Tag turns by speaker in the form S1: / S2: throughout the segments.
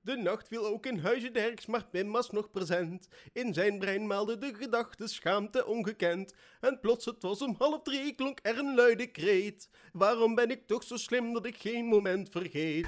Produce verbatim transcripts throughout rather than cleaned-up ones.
S1: De nacht viel ook in huisje Derks, maar Pim was nog present. In zijn brein maalde de gedachte schaamte ongekend. En plots het was om half drie, klonk er een luide kreet. Waarom ben ik toch zo slim dat ik geen moment vergeet?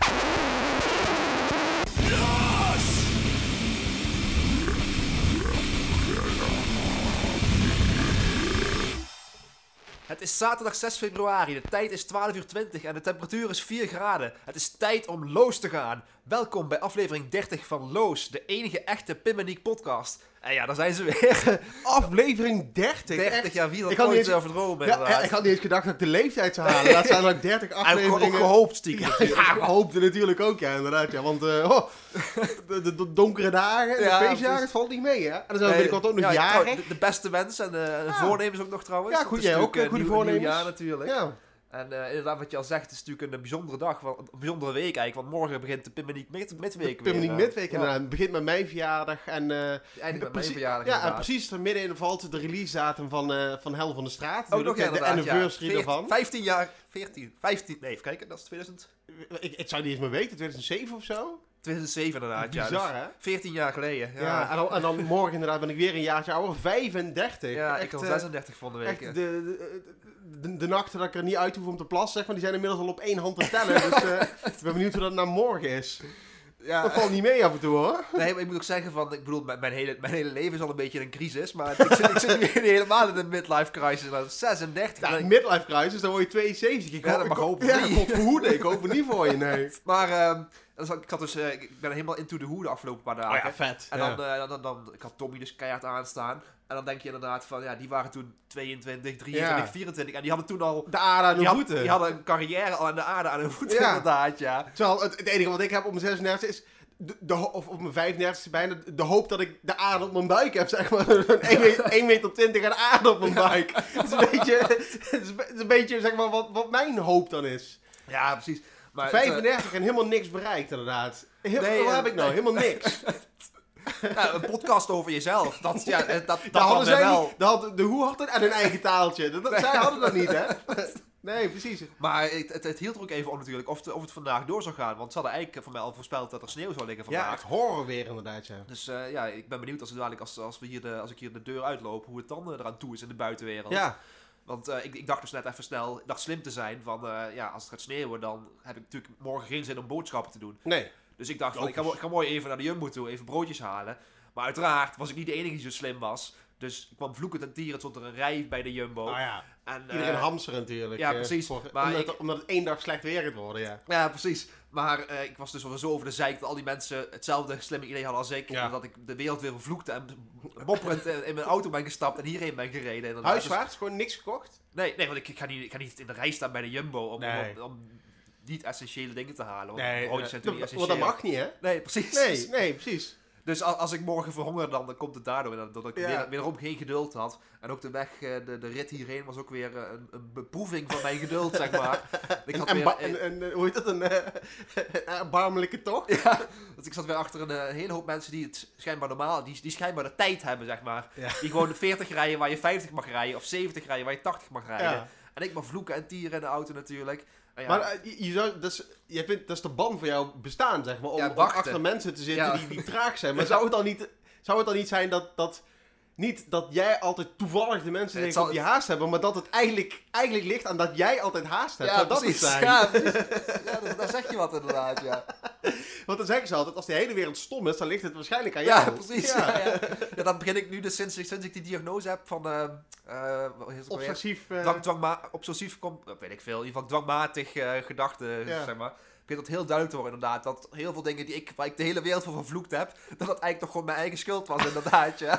S2: Het is zaterdag zes februari, de tijd is twaalf uur twintig en de temperatuur is vier graden. Het is tijd om Loos te gaan. Welkom bij aflevering dertig van Loos, de enige echte Pim en Niek podcast. En ja, daar zijn ze weer.
S1: Aflevering dertig?
S2: dertig,
S1: echt?
S2: ja, wie dat
S1: ik had
S2: ooit
S1: niet eens...
S2: verdromen
S1: ja,
S2: inderdaad.
S1: Ik had niet eens gedacht dat ik de leeftijd zou halen. Laat zijn dat ik dertig afleveringen...
S2: En ook gehoopt stiekem.
S1: Ja, ja, gehoopte natuurlijk ook, ja, inderdaad. Ja, want uh, oh, de, de, de donkere dagen, de
S2: Ja,
S1: feestdagen,
S2: precies.
S1: het valt niet mee, hè? En dan zijn we
S2: Nee,
S1: binnenkort ook nog
S2: ja,
S1: jarig.
S2: trouw- de, de beste wensen en uh,
S1: Ja.
S2: voornemens ook nog trouwens.
S1: Ja, goed,
S2: Het is
S1: jij ook,
S2: natuurlijk,
S1: uh, goede
S2: nieuw- nieuw
S1: voornemens.
S2: jaar natuurlijk.
S1: Ja.
S2: En uh, inderdaad, wat je al zegt, het is natuurlijk een bijzondere dag, wel, een bijzondere week eigenlijk, want morgen begint de Pim en Niek mid- midweek
S1: Pim en
S2: weer.
S1: Niek
S2: uh,
S1: midweek
S2: ja,
S1: inderdaad. Het begint met mijn verjaardag en... Uh,
S2: Eindigt met mijn
S1: precies-
S2: verjaardag
S1: Ja, en
S2: inderdaad.
S1: precies er middenin valt de release datum van, uh, van Hel van de Straat.
S2: Ook nog
S1: ja, de
S2: inderdaad,
S1: anniversary
S2: ja.
S1: ervan.
S2: vijftien jaar, veertien, vijftien, nee, even kijken, dat is tweeduizend,
S1: Ik, ik zou niet eens meer weten, tweeduizend zeven of zo?
S2: tweeduizend zeven inderdaad, ja.
S1: Bizar,
S2: Dus
S1: hè?
S2: veertien jaar geleden.
S1: Ja,
S2: Ja,
S1: en, dan, en dan morgen inderdaad ben ik weer een jaartje ouder, vijfendertig.
S2: ja,
S1: echt,
S2: ik al
S1: eh,
S2: zesendertig volgende week.
S1: echt de, de, de, de nachten dat ik er niet uit hoef om te plassen, zeg maar, die zijn inmiddels al op één hand te tellen. Dus uh, ik ben benieuwd hoe dat naar morgen is.
S2: ja.
S1: Dat valt niet mee af en toe, hoor.
S2: Nee, maar ik moet ook zeggen van, ik bedoel, mijn, mijn, hele, mijn hele leven is al een beetje een crisis, maar ik zit, ik zit nu helemaal in de midlife crisis. Nou, zesendertig.
S1: Ja,
S2: ik-
S1: midlife crisis, dan word je tweeënzeventig. Ik
S2: Ja,
S1: hoop-
S2: dat mag
S1: ik-
S2: hopen
S1: Ja,
S2: niet.
S1: God verhoede, ik hoop het niet voor je, nee.
S2: Maar ehm, dat is- ik had dus, eh, ik ben helemaal into the hoe de afgelopen paar dagen.
S1: Oh vet.
S2: En
S1: ja.
S2: dan, eh, dan, dan, dan, ik had Tommy dus keihard aanstaan. En dan denk je inderdaad van, ja, die waren toen tweeëntwintig, drieëntwintig,
S1: Ja.
S2: vierentwintig. En die hadden toen al...
S1: De aarde aan de
S2: Die, had-
S1: voeten.
S2: die hadden een carrière al aan de aarde aan hun voeten,
S1: Ja.
S2: inderdaad, ja.
S1: Terwijl het, het enige wat ik heb op mijn zesendertigste is... De, de, ho- of op mijn vijfendertigste bijna, de hoop dat ik de aarde op mijn buik heb, zeg maar. één meter twintig aan aarde op mijn buik. Het is een beetje, het is, het is een beetje zeg maar, wat, wat mijn hoop dan is.
S2: Ja, precies. Maar het, eh,
S1: vijfendertig en helemaal niks bereikt, inderdaad. Heel,
S2: Nee,
S1: wat
S2: eh,
S1: heb ik nou?
S2: nee.
S1: Helemaal niks.
S2: ja, een podcast over jezelf. Dat, ja, eh, dat, dat,
S1: Daar hadden
S2: dan
S1: zij
S2: wel.
S1: niet, daar had, de hoe had het aan hun eigen taaltje. Dat, dat- zij hadden dat niet, hè? Nee, precies.
S2: Maar het, het, het hield er ook even op natuurlijk of, het- of het vandaag door zou gaan. Want ze hadden eigenlijk voor mij al voorspeld dat er sneeuw zou liggen vandaag.
S1: Ja, echt horror weer inderdaad, ja.
S2: Dus uh, ja, ik ben benieuwd als, we dadelijk, als, als, we hier de, als ik hier de deur uitloop, hoe het dan uh, eraan toe is in de buitenwereld.
S1: Ja,
S2: Want uh, ik, ik dacht dus net even snel, ik dacht slim te zijn van, uh, ja, als het gaat sneeuwen, dan heb ik natuurlijk morgen geen zin om boodschappen te doen.
S1: nee.
S2: Dus ik dacht, van, ik, ga,
S1: Logisch.
S2: mo- ik ga mooi even naar de Jumbo toe, even broodjes halen. Maar uiteraard was ik niet de enige die zo slim was. Dus ik kwam vloekend en tierend tot er een rij bij de Jumbo.
S1: Nou ja,
S2: En, uh,
S1: iedereen hamsteren natuurlijk.
S2: ja,
S1: eh,
S2: precies.
S1: voor-
S2: Maar
S1: omdat,
S2: ik-
S1: omdat het één dag slecht weer gaat worden, ja.
S2: Ja, precies. Maar uh, ik was dus wel zo over de zeik dat al die mensen hetzelfde slimme idee hadden als ik.
S1: Ja.
S2: En dat ik de wereld weer vervloekte en mopperend in in mijn auto ben gestapt en hierheen ben gereden. inderdaad.
S1: Huiswaarts, gewoon niks gekocht?
S2: Dus- nee, nee, want ik, ik, ga niet, ik ga niet in de rij staan bij de Jumbo om,
S1: Nee.
S2: om, om niet essentiële dingen te halen. Want
S1: Nee,
S2: broodjes zijn
S1: eh,
S2: natuurlijk niet
S1: want dat
S2: essentieel.
S1: mag niet, hè?
S2: Nee, precies.
S1: Nee, nee, precies.
S2: Dus als, als ik morgen verhonger, dan, dan komt het daardoor. En dat ik
S1: Ja.
S2: weer, wederom geen geduld had. En ook de weg, eh, de, de rit hierheen was ook weer eh, een, een beproeving van mijn geduld, zeg maar. Ik had
S1: En,
S2: weer,
S1: ba- en, en, eh, hoe heet dat, een eh, een erbarmelijke tocht?
S2: ja, dus ik zat weer achter een eh, hele hoop mensen die het schijnbaar normaal, die, die schijnbaar de tijd hebben, zeg maar.
S1: Ja.
S2: Die gewoon veertig rijden waar je vijftig mag rijden, of zeventig rijden waar je tachtig mag rijden.
S1: Ja.
S2: En ik mag vloeken en tieren in de auto natuurlijk. En ja,
S1: Maar eh, je, je zou, dat is, jij vindt, dat is de ban voor jouw bestaan, zeg maar, om,
S2: Ja,
S1: om
S2: wachten.
S1: achter mensen te zitten
S2: Ja.
S1: die, die traag zijn. Maar zou het dan niet, zou het dan niet zijn dat, dat, niet dat jij altijd toevallig de mensen
S2: Het
S1: tegen
S2: zal-
S1: die haast hebben, maar dat het eigenlijk, eigenlijk ligt aan dat jij altijd haast hebt?
S2: ja,
S1: Zou dat het
S2: precies.
S1: zijn?
S2: Ja, precies. Ja, daar, daar zeg je wat inderdaad, ja.
S1: Want dan zeggen ze altijd, als de hele wereld stom is, dan ligt het waarschijnlijk aan
S2: Ja,
S1: jou.
S2: precies. Ja. Ja, ja, dat begin ik nu dus sinds, ik- sinds ik die diagnose heb van... eh eh, hoe heet het ook alweer?
S1: Obsessief. eh,
S2: Dwang, dwangma obsessief, kom, weet ik veel, in ieder geval dwangmatig eh gedachten,
S1: Ja.
S2: zeg maar. Begint dat heel duidelijk te worden, inderdaad. Dat heel veel dingen die ik, waar ik de hele wereld voor vervloekt heb, dat dat eigenlijk toch gewoon mijn eigen schuld was, inderdaad, ja.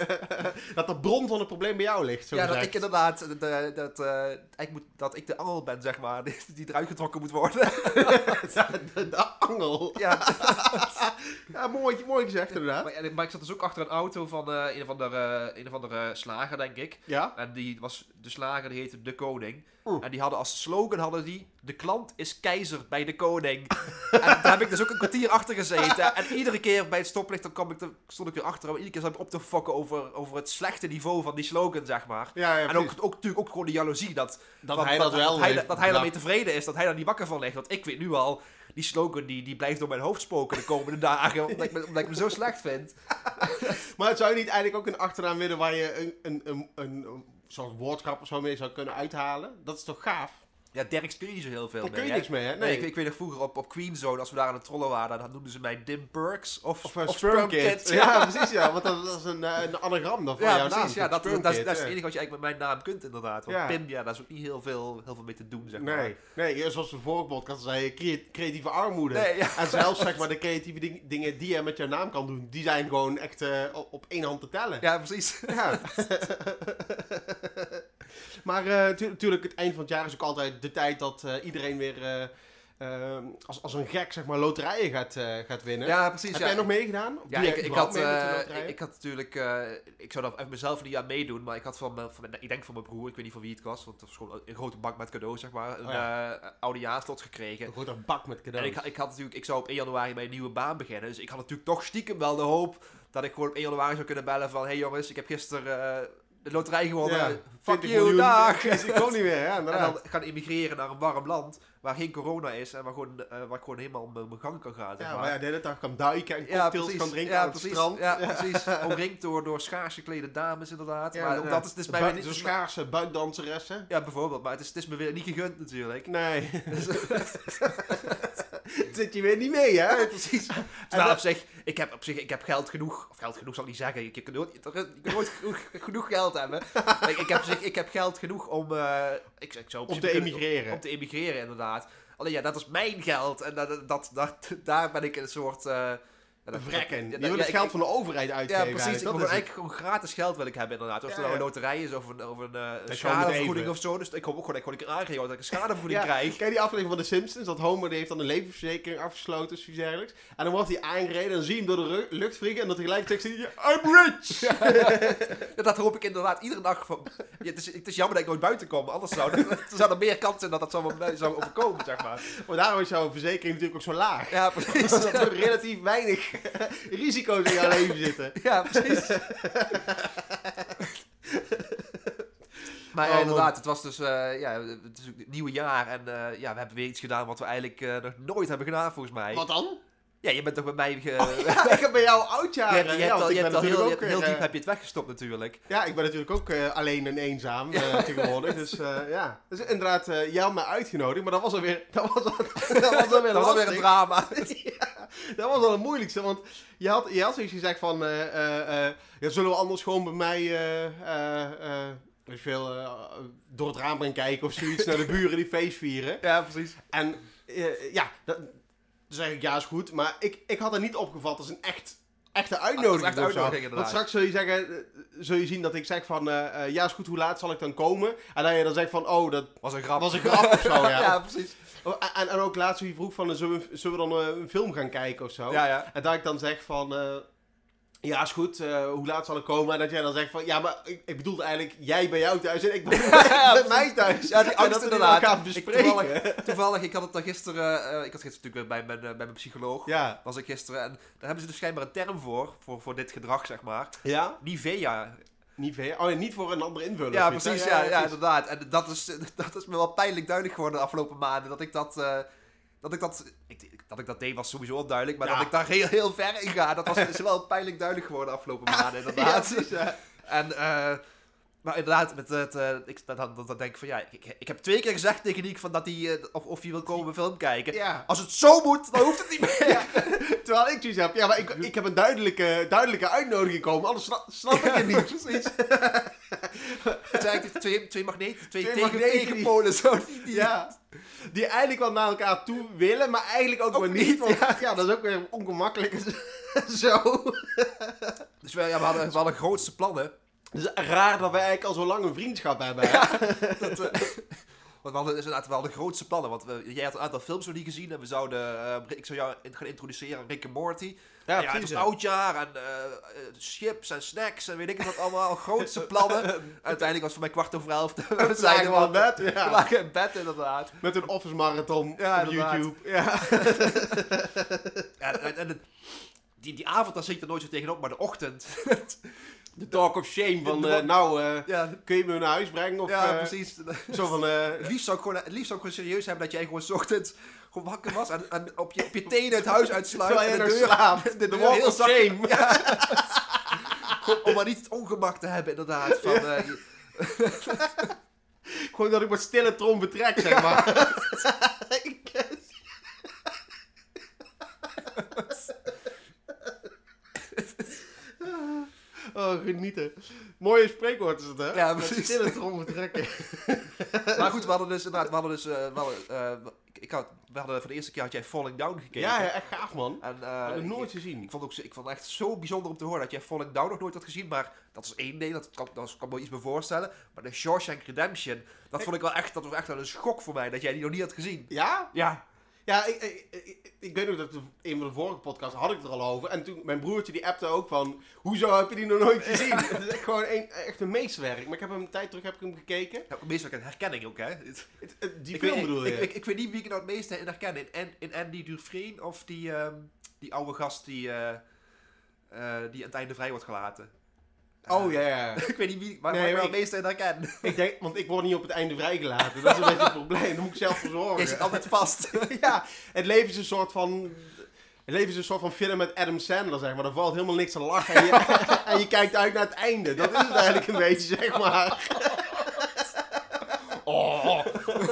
S1: dat de bron van het probleem bij jou ligt, zo
S2: Ja, dat
S1: gezegd.
S2: ik inderdaad, de, de, dat, eh, eigenlijk moet, dat ik de angel ben, zeg maar, die, die eruit getrokken moet worden.
S1: de, de, de angel.
S2: Ja.
S1: Ja, mooi, mooi gezegd inderdaad.
S2: Maar, ja, maar ik zat dus ook achter een auto van eh, een of andere, een of andere slager, denk ik.
S1: Ja?
S2: En die was, de slager die heette De Koning.
S1: Oeh.
S2: En die hadden als slogan, hadden die, de klant is keizer bij De Koning. En daar heb ik dus ook een kwartier achter gezeten. En iedere keer bij het stoplicht, dan kwam ik te, stond ik weer achter. En iedere keer zat ik op te fokken over, over het slechte niveau van die slogan, zeg maar.
S1: Ja, ja,
S2: En ook,
S1: precies.
S2: ook natuurlijk ook gewoon de jaloezie. Dat,
S1: Dat
S2: van-
S1: hij dat wel
S2: hij,
S1: heeft
S2: dat hij daarmee
S1: bedacht.
S2: tevreden is. Dat hij daar niet wakker van ligt. Want ik weet nu al, die slogan die, die blijft door mijn hoofd spoken de komende dagen, omdat ik me, omdat ik me zo slecht vind.
S1: Maar zou je niet eigenlijk ook een achternaam willen waar je een, een, een, een, een soort woordgrap of zo mee zou kunnen uithalen? Dat is toch gaaf?
S2: Ja, Derks kun je niet zo heel veel
S1: Daar
S2: mee.
S1: kun je
S2: hè?
S1: niks mee, hè? Nee,
S2: Nee, ik, ik weet nog vroeger op, op Queen Zone, als we daar aan het trollen waren, dan noemden ze mij Dim Perks of,
S1: Of,
S2: of,
S1: een
S2: of
S1: Sperm
S2: Sperm
S1: Kid.
S2: Kid.
S1: Ja, precies, ja. Want dat, dat is een, uh, een anagram dan van
S2: Ja,
S1: jouw
S2: precies.
S1: naam.
S2: Ja, dat,
S1: Sperm
S2: dat, is,
S1: Kid,
S2: dat is
S1: ja.
S2: het enige wat je eigenlijk met mijn naam kunt, inderdaad. Want
S1: Ja.
S2: Pim, ja, daar is ook niet heel veel, heel veel mee te doen, zeg maar.
S1: Nee, nee, zoals de vorige podcast zei, crea- creatieve armoede.
S2: Nee, ja.
S1: En zelfs zeg maar de creatieve ding- dingen die je met jouw naam kan doen, die zijn gewoon echt uh, op, op één hand te tellen.
S2: Ja, precies.
S1: Ja. Maar natuurlijk, uh, het eind van het jaar is ook altijd de tijd dat uh, iedereen weer uh, uh, als, als een gek zeg maar loterijen gaat, uh, gaat winnen.
S2: Ja, precies.
S1: Heb
S2: ja.
S1: jij nog meegedaan? Of
S2: Ja,
S1: doe
S2: ik,
S1: jij
S2: ik,
S1: überhaupt
S2: had,
S1: mee met de
S2: uh,
S1: loterijen?
S2: ik had natuurlijk, uh, ik zou daar mezelf niet aan meedoen, maar ik had van, mijn, van mijn, ik denk van mijn broer, ik weet niet van wie het was, want het was gewoon een grote bak met cadeaus, zeg maar, een
S1: Oh ja.
S2: uh, oudejaarslot gekregen.
S1: Een grote bak met cadeaus.
S2: En ik, ik had natuurlijk, ik zou op één januari mijn nieuwe baan beginnen, dus ik had natuurlijk toch stiekem wel de hoop dat ik gewoon op één januari zou kunnen bellen van, hey jongens, ik heb gisteren uh, de loterij gewonnen,
S1: Ja,
S2: fuck
S1: twintig
S2: you,
S1: miljoen.
S2: dag!
S1: Ja, ik kom niet meer, ja,
S2: En
S1: inderdaad.
S2: dan gaan emigreren naar een warm land waar geen corona is en waar, gewoon, uh, waar ik gewoon helemaal mijn mijn gang kan gaan. Zeg
S1: Ja,
S2: maar.
S1: maar ja, de hele dag kan duiken en
S2: Ja,
S1: cocktails
S2: precies.
S1: kan drinken
S2: ja,
S1: aan het
S2: precies.
S1: strand.
S2: Ja, precies. Omringd door, door schaars geklede dames, inderdaad.
S1: Ja,
S2: maar
S1: ja.
S2: dat is dus
S1: De
S2: mij
S1: bui-
S2: weer niet...
S1: Zo'n schaarse buikdanseressen.
S2: Ja, bijvoorbeeld. Maar het is, het is me weer niet gegund, natuurlijk.
S1: Nee.
S2: Dus,
S1: Zit je weer niet mee, hè?
S2: ja, precies. Terwijl op zich, ik heb op zich, ik heb geld genoeg. Of geld genoeg zal ik niet zeggen. Je kunt nooit, je kunt nooit genoeg, genoeg geld hebben. Maar ik, ik, heb, op zich, ik heb geld genoeg om... Uh, ik, ik zou op
S1: Om
S2: zich
S1: te
S2: kunnen-
S1: emigreren.
S2: Om, om te emigreren, inderdaad. Alleen ja, dat is mijn geld. En dat, dat, dat, daar ben ik in een soort... Uh, ja, dat-
S1: Vrekken.
S2: ja,
S1: Je
S2: dat-
S1: wil
S2: ja,
S1: het
S2: ik-
S1: geld
S2: ik-
S1: van de overheid
S2: Ja,
S1: uitgeven.
S2: precies. Ik
S1: eigenlijk.
S2: wil
S1: Dat
S2: gewoon
S1: is
S2: eigenlijk gewoon gratis geld wil ik hebben, inderdaad. Of
S1: Ja,
S2: het nou een
S1: ja.
S2: loterij is of een, of een uh,
S1: moet
S2: schadevergoeding
S1: even.
S2: of zo. Dus ik hoop ook gewoon dat ik gewoon aangegeven dat ik een schadevergoeding
S1: Ja,
S2: krijg.
S1: Ken je die aflevering van The Simpsons? Dat Homer die heeft dan een levensverzekering afgesloten of iets dergelijks. En dan wordt hij aangereden en dan zie je hem door de ru- lucht vliegen. En dan tegelijkertijd zegt hij, I'm rich!
S2: Ja, dat hoop ik inderdaad iedere dag. Van, ja, het, is, het is jammer dat ik nooit buiten kom. Anders zou er, zou er meer kans zijn dat dat zou, me- zou overkomen, zeg maar.
S1: Maar daarom is jouw verzekering natuurlijk ook zo laag.
S2: Ja, precies.
S1: Dat er relatief weinig risico's in jouw leven zitten.
S2: Ja, precies. Maar ja,
S1: Oh,
S2: inderdaad, het was dus uh, ja, het is ook het nieuwe jaar en uh, ja, we hebben weer iets gedaan wat we eigenlijk uh, nog nooit hebben gedaan, volgens mij.
S1: Wat dan?
S2: Ja, je bent toch met mij... Ge...
S1: Oh, ja, ik heb bij jou
S2: Je
S1: oudjaren.
S2: hebt, je
S1: ja,
S2: hebt
S1: want
S2: al,
S1: ik
S2: je
S1: ben
S2: hebt al heel,
S1: natuurlijk
S2: je hebt
S1: ook
S2: heel
S1: weer,
S2: diep heb je het weggestopt natuurlijk.
S1: Ja, ik ben natuurlijk ook uh, alleen en eenzaam uh, tegenwoordig. Dus uh, ja. Dus inderdaad, uh, jij had mij uitgenodigd, maar dat was alweer, dat was, al, dat was alweer
S2: Dat was alweer
S1: lastig.
S2: een drama.
S1: Ja, dat was al het moeilijkste, want je had, je had zoiets gezegd van, uh, uh, uh, ja, zullen we anders gewoon bij mij, uh, uh, uh, weet je veel, uh, door het raam gaan kijken of zoiets, naar de buren die feest vieren.
S2: Ja, precies.
S1: En uh, ja, dat, dan zeg ik ja is goed, maar ik, ik had het niet opgevat als een echt, echte uitnodiging.
S2: Echt
S1: of zo.
S2: uitnodiging, inderdaad.
S1: Want straks zul je zeggen, uh, zul je zien dat ik zeg van, uh, uh, ja is goed, hoe laat zal ik dan komen? En dat je dan zegt van, oh dat
S2: Was een grap.
S1: was een grap of zo, ja.
S2: Ja, precies.
S1: Oh, en, en ook laatst wie vroeg van, zullen we, zullen we dan uh, een film gaan kijken of zo?
S2: Ja, ja.
S1: En dat ik dan zeg van, uh, ja is goed, uh, hoe laat zal ik komen? En dat jij dan zegt van, ja maar ik, ik bedoelde eigenlijk jij bij jou thuis en ik ben bij mij thuis.
S2: Ja, die
S1: En
S2: angst
S1: dat we die
S2: inderdaad.
S1: dan gaan
S2: Ik
S1: bespreken.
S2: toevallig, toevallig, ik had het dan gisteren, uh, ik had gisteren natuurlijk bij mijn, uh, bij mijn psycholoog,
S1: Ja.
S2: was ik gisteren, en daar hebben ze dus schijnbaar een term voor, voor, voor dit gedrag, zeg maar.
S1: Ja?
S2: Nivea.
S1: Niet Oh ja, niet voor een ander invullen.
S2: Ja,
S1: of iets, hè?
S2: precies, ja, ja,
S1: precies.
S2: inderdaad. En dat is, dat is me wel pijnlijk duidelijk geworden de afgelopen maanden, dat ik dat... Uh, Dat ik dat, ik, dat ik dat deed was sowieso onduidelijk, maar
S1: Ja.
S2: dat ik daar heel, heel ver in ga, dat was is wel pijnlijk duidelijk geworden de afgelopen maanden,
S1: Ja,
S2: inderdaad.
S1: precies, ja.
S2: En, uh, maar inderdaad, met het, uh, ik, dan, dan, dan denk ik van ja, ik, ik heb twee keer gezegd tegen Niek van dat hij, uh, of, of hij wil komen een film kijken.
S1: Ja.
S2: Als het zo moet, dan hoeft het niet meer.
S1: Ja. Terwijl ik zoiets heb, ja, maar ik, ik heb een duidelijke, duidelijke uitnodiging gekomen, anders snap, snap ik het niet.
S2: Precies. Het zijn eigenlijk twee, twee magneten, twee,
S1: Twee
S2: tegen,
S1: magneten die-
S2: tegenpolen. Zo, die, die,
S1: Ja. Die eigenlijk wel naar elkaar toe willen, maar eigenlijk ook,
S2: Ook
S1: weer niet.
S2: niet,
S1: Want,
S2: ja.
S1: ja. dat is ook weer ongemakkelijk. Zo.
S2: Dus we, ja, we, hadden, we hadden grootste plannen.
S1: Het is raar dat wij eigenlijk al zo lang een vriendschap hebben. Hè?
S2: Dat, uh, want we hadden, dus inderdaad, we hadden grootste plannen. Want we, jij had een aantal films nog niet gezien. En we zouden, uh, ik zou jou in- gaan introduceren aan Rick en Morty. Ja, ja, het was oudjaar en uh, uh, chips en snacks en weet ik wat allemaal. Grootste plannen. Uiteindelijk was het voor mij kwart over elf. We
S1: We
S2: zeiden
S1: van
S2: van
S1: bed.
S2: We
S1: Ja.
S2: lagen in bed inderdaad.
S1: Met een office marathon
S2: Ja,
S1: op
S2: inderdaad.
S1: YouTube. Ja.
S2: Ja, en, en, en die, die avond, daar zit ik er nooit zo tegenop, maar de ochtend.
S1: De talk of shame van,
S2: de-
S1: uh, nou, uh,
S2: Ja,
S1: kun je me naar huis brengen? Of,
S2: ja
S1: uh,
S2: precies.
S1: Zo van, uh,
S2: Het liefst zou ik gewoon, het liefst zou ik gewoon serieus hebben dat jij gewoon 's ochtends gewoon wakker was en, en op, je, op je tenen het huis uitsluit.
S1: terwijl
S2: en
S1: jij
S2: de
S1: nog
S2: deur,
S1: slaapt.
S2: de
S1: De
S2: deur
S1: walk
S2: heel
S1: of
S2: zacht-
S1: shame.
S2: Ja. Gewoon om maar niet het ongemak te hebben, inderdaad. Van,
S1: Ja.
S2: eh, je-
S1: Gewoon dat ik met stille trom vertrek, zeg maar. Ik- Oh, genieten. Mooie spreekwoord is het, hè?
S2: Ja,
S1: Met
S2: precies.
S1: stille trom vertrekken.
S2: maar goed, we hadden dus inderdaad, we hadden dus, uh, wel, uh, ik, ik had, we hadden voor de eerste keer had jij Falling Down gekeken.
S1: Ja, ja, echt gaaf, man.
S2: En, uh,
S1: Dat heb ik
S2: ik-
S1: nooit gezien.
S2: Ik vond, ook, zo- ik vond het echt zo bijzonder om te horen dat jij Falling Down nog nooit had gezien. Maar dat is één ding, dat kan, dat kan me iets bij voorstellen. Maar de Shawshank Redemption, dat vond ik wel echt, dat was echt wel een schok voor mij, dat jij die nog niet had gezien.
S1: Ja?
S2: Ja.
S1: Ja, ik, ik, ik, ik weet nog dat de, een van de vorige podcasts had ik het er al over. En toen, mijn broertje die appte ook van, hoezo heb je die nog nooit gezien? Het is echt gewoon een, echt een meesterwerk. Maar ik heb hem een tijd terug heb ik hem gekeken.
S2: Ja, meestal een herkenning ook, hè. Het-
S1: Het, het- die
S2: ik
S1: film
S2: weet,
S1: bedoel je?
S2: ik, ik, ik weet niet wie ik nou het meeste in herken. In, An- in Andy Dufresne of die, ehm, die oude gast die, eh, eh, die aan het einde vrij wordt gelaten.
S1: Oh, ja, ja.
S2: Ik weet niet wie, waar,
S1: Nee,
S2: waar ik
S1: maar
S2: nou het meeste in herken.
S1: Ik denk, want ik word niet op het einde vrijgelaten. Dat is een beetje het probleem. Daar moet ik zelf voor zorgen.
S2: Je zit altijd vast.
S1: Ja, het leven is een soort van... Het leven is een soort van film met Adam Sandler, zeg maar. Er valt helemaal niks te lachen en je, en je kijkt uit naar het einde. Dat is het eigenlijk een beetje, zeg maar.
S2: Oh.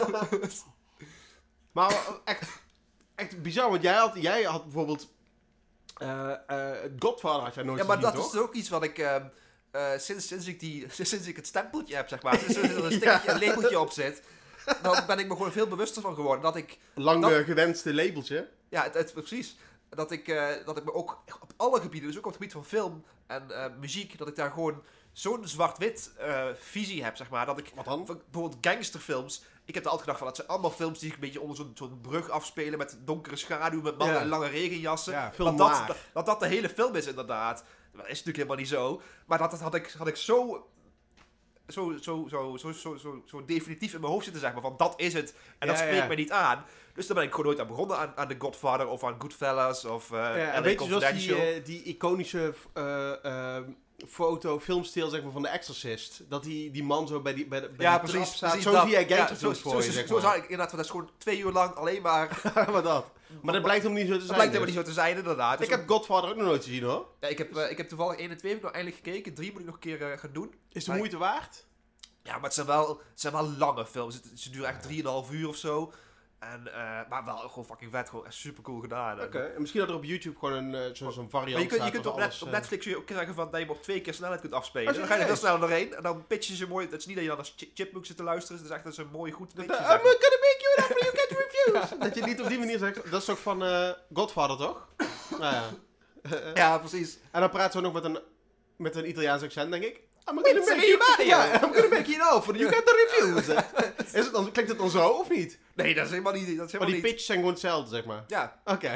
S1: Maar echt, echt bizar, want jij had, jij had bijvoorbeeld... eh eh Godfather had jij nooit
S2: Ja, maar
S1: gezien,
S2: dat
S1: toch?
S2: is ook iets wat ik... ehm, eh, sinds, sinds, ik die, sinds ik het stempeltje heb, zeg maar. Sinds er een stickertje, een labeltje op zit. Dan ben ik me gewoon veel bewuster van geworden. Dat ik...
S1: Lang
S2: dat-
S1: eh, gewenste labeltje.
S2: Ja, het, het, precies. Dat ik, eh, dat ik me ook op alle gebieden, dus ook op het gebied van film en eh, muziek, dat ik daar gewoon zo'n zwart-wit eh, visie heb, zeg maar. Dat ik
S1: Wat dan?
S2: van bijvoorbeeld gangsterfilms. Ik heb er altijd gedacht van, dat zijn allemaal films die zich een beetje onder zo'n zo'n brug afspelen met donkere schaduw, met mannen
S1: Ja.
S2: in lange regenjassen.
S1: Ja,
S2: dat,
S1: film
S2: dat,
S1: noir.
S2: dat, dat dat de hele film is, inderdaad. Dat is natuurlijk helemaal niet zo. Maar dat, dat had ik, had ik zo, zo, zo, zo, zo, zo, zo, zo definitief in mijn hoofd zitten, zeg maar. Van, dat is het. En dat
S1: Ja,
S2: spreekt
S1: ja.
S2: mij niet aan. Dus daar ben ik gewoon nooit aan begonnen. Aan, aan The Godfather of aan Goodfellas of uh,
S1: Ja,
S2: L A
S1: en weet je, zoals die,
S2: Confidential.
S1: eh, die iconische eh, eh, foto, filmstijl zeg maar, van The Exorcist. Dat die, die man zo bij, die, bij de, bij
S2: Ja,
S1: de trap
S2: precies.
S1: staat.
S2: precies
S1: Zo
S2: dat.
S1: zie jij
S2: Ja,
S1: gangsterfilms
S2: zo,
S1: voor
S2: zo,
S1: je,
S2: zo,
S1: zeg
S2: zo
S1: maar.
S2: zou ik inderdaad, want dat is gewoon twee uur lang alleen maar... Dat
S1: maar dat. Maar dat blijkt hem niet zo te zijn.
S2: blijkt helemaal
S1: dus.
S2: niet zo te zijn, inderdaad. Dus
S1: Ik heb Godfather ook nog nooit gezien, hoor.
S2: ja, ik, heb, uh, ik heb toevallig één en twee heb ik nog eindelijk gekeken. drie moet ik nog een keer uh, gaan doen.
S1: Is de
S2: Maar-
S1: moeite waard?
S2: Ja, maar het zijn wel, het zijn wel lange films. Het, ze duren echt drieënhalf uur of zo. En, uh, maar wel gewoon fucking vet. Gewoon echt super cool gedaan.
S1: Oké, okay. En misschien dat er op YouTube gewoon een, uh, zo'n zo variant
S2: Maar je kunt, je
S1: staat
S2: kunt
S1: of
S2: op, net,
S1: alles,
S2: op
S1: uh...
S2: Netflix kun je ook zeggen van, dat je hem op twee keer snelheid kunt afspelen.
S1: Oh,
S2: Dan ga je er veel
S1: serieus?
S2: sneller doorheen. En dan pitchen ze mooi. Het is niet dat je dan als chi- chipmunk zit te luisteren. Het is echt dat is een mooi goed pitch.
S1: I'm gonna make you an offer you get reviews. Dat je het niet op die manier zegt. Dat is ook van uh, Godfather, toch? Nou ja.
S2: Ja, precies.
S1: En dan praat ze ook nog met een, met een Italiaans accent, denk ik. I'm
S2: Wait,
S1: gonna
S2: say
S1: make you,
S2: Mario.
S1: ja, I'm gonna make you an offer. You get the reviews. Is het dan, klinkt het dan zo, of niet?
S2: Nee, dat is helemaal niet. Dat is
S1: Maar
S2: helemaal
S1: die
S2: niet.
S1: pitches zijn gewoon hetzelfde, zeg maar.
S2: Ja,
S1: Oké.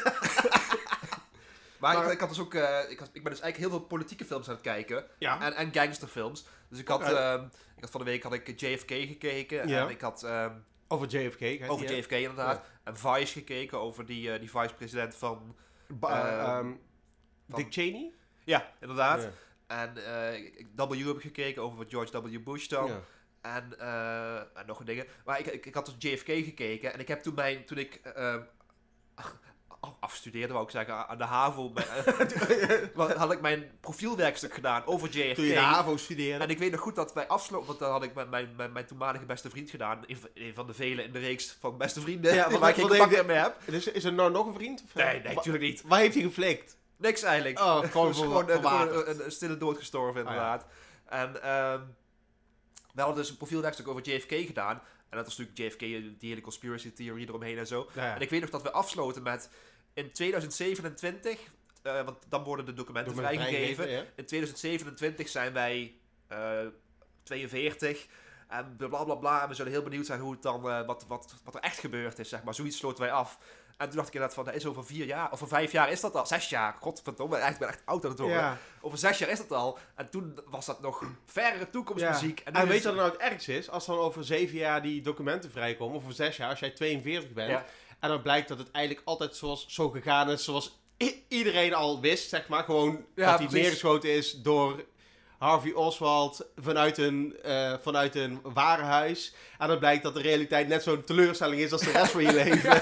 S2: maar,
S1: Maar-
S2: ik, ik had dus ook, uh, ik, had, ik ben dus eigenlijk heel veel politieke films aan het kijken.
S1: Ja.
S2: En, en gangsterfilms. Dus ik had,
S1: Oké.
S2: ehm, ik had van de week had ik J F K gekeken.
S1: Ja.
S2: En ik had ehm,
S1: Over J F K. heet
S2: over
S1: die,
S2: J F K inderdaad. En Vice gekeken over die, uh, die vice-president van...
S1: hè? Ba-
S2: Ehm,
S1: ehm, Dick Cheney?
S2: Ja, inderdaad.
S1: Ja.
S2: En uh, ik- W heb ik gekeken over George W. Bush dan.
S1: Ja.
S2: En, uh, en nog een dingen. Maar ik, ik, ik had dus J F K gekeken. En ik heb toen mijn... Toen ik... Uh, afstudeerde, wou ik zeggen, aan de HAVO. Mijn, had ik mijn profielwerkstuk gedaan over J F K.
S1: Toen je de HAVO studeerde.
S2: En ik weet nog goed dat wij afsloten, want dat had ik met mijn, mijn, mijn toenmalige beste vriend gedaan. Een van- een van de velen in de reeks van beste vrienden.
S1: Ja,
S2: waar
S1: wat-
S2: ik geen
S1: wat
S2: contact
S1: heeft
S2: meer mee heb.
S1: Is, is er nou nog een vriend? Of,
S2: Nee,
S1: eh,
S2: nee,
S1: wa-
S2: natuurlijk niet.
S1: Waar heeft hij geflikt?
S2: Niks eigenlijk.
S1: Oh, gewoon
S2: Dus
S1: voor,
S2: gewoon,
S1: voor
S2: eh, gewoon
S1: water.
S2: een, een stille dood gestorven, inderdaad. En ehm we hadden dus een profielwerkstuk over J F K gedaan. En dat was natuurlijk J F K, die hele conspiracy theorie eromheen en zo.
S1: Ja, ja.
S2: En ik weet nog dat we afsloten met in tweeduizend zevenentwintig, uh, want dan worden de documenten
S1: Door me
S2: vrijgegeven.
S1: ja.
S2: In tweeduizend zevenentwintig zijn wij uh, tweeënveertig. En bla bla bla. En we zullen heel benieuwd zijn hoe het dan, uh, wat, wat, wat er echt gebeurd is, zeg maar. Zoiets sloten wij af. En toen dacht ik inderdaad van, dat is over vier jaar, of over vijf jaar is dat al. Zes jaar, godverdomme, ik ben echt oud aan het worden.
S1: Ja.
S2: Over zes jaar is dat al. En toen was dat nog verre toekomstmuziek.
S1: Ja. En,
S2: nu
S1: weet
S2: is-
S1: je wat er nou het ergste is? Als dan over zeven jaar die documenten vrijkomen, of over zes jaar, als jij tweeënveertig bent,
S2: Ja.
S1: en dan blijkt dat het eigenlijk altijd zoals, zo gegaan is, zoals i- iedereen al wist, zeg maar. Gewoon
S2: Ja,
S1: dat hij
S2: precies.
S1: neergeschoten is door, Harvey Oswald vanuit een, uh, vanuit een warenhuis. En dan blijkt dat de realiteit net zo'n teleurstelling is als de rest van je leven.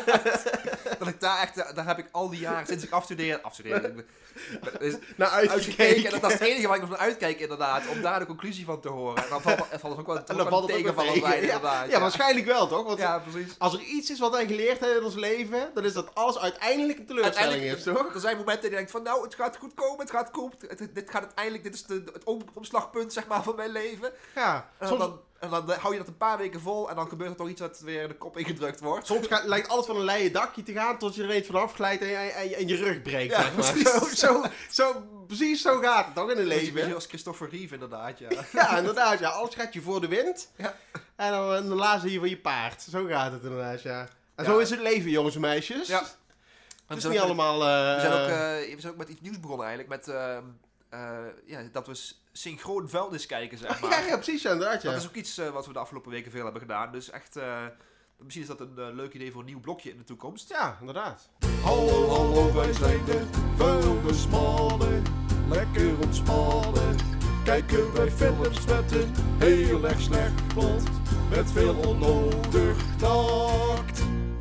S2: Dat ik daar echt, daar heb ik al die jaren, sinds ik afstudeer, afstudeer, is
S1: naar uitgekeken.
S2: En dat is het enige waar ik nog naar uitkijk, inderdaad. Om daar de conclusie van te horen. En dan valt het valt ook wel
S1: en dan valt het
S2: tegen van
S1: tegen.
S2: zijn,
S1: Ja,
S2: inderdaad.
S1: ja,
S2: Ja,
S1: waarschijnlijk wel, toch? Want
S2: ja, precies.
S1: als er iets is wat wij geleerd hebben in ons leven, dan is dat alles uiteindelijk een teleurstelling is, toch?
S2: Er zijn momenten dat je denkt van, nou, het gaat goed komen, het gaat goed. Het, dit gaat uiteindelijk, dit is de, het om, omslagpunt, zeg maar, van mijn leven.
S1: Ja,
S2: En
S1: soms...
S2: dan, en dan hou je dat een paar weken vol en dan gebeurt er toch iets dat weer de kop ingedrukt wordt.
S1: Soms gaat, lijkt alles van een leien dakje te gaan tot je er eens vanaf glijdt en, en, en, en je rug breekt.
S2: Ja,
S1: zeg maar.
S2: precies.
S1: Zo, zo, zo, precies zo gaat het toch in het
S2: Een
S1: leven.
S2: beetje als Christopher Reeve, inderdaad, ja.
S1: Ja, inderdaad. Ja. Alles gaat je voor de wind.
S2: Ja.
S1: En dan en de laatste hier van je paard. Zo gaat het inderdaad, ja. En
S2: Ja.
S1: zo is het leven, jongens en meisjes.
S2: Ja.
S1: Het is niet allemaal... Uh,
S2: we, zijn ook, uh, we zijn ook met iets nieuws begonnen eigenlijk. Met uh, uh, ja, dat we synchroon vuilnis kijken, zeg maar.
S1: ja, ja, precies, ja, inderdaad, ja.
S2: Dat is ook iets uh, wat we de afgelopen weken veel hebben gedaan. Dus echt, uh, misschien is dat een uh, leuk idee voor een nieuw blokje in de toekomst.
S1: Ja, inderdaad.
S3: Hallo, hallo, wij zijn de vuilnismannen. Lekker ontspannen. Kijken wij films met een heel erg slecht plot. Met veel onnodig tact.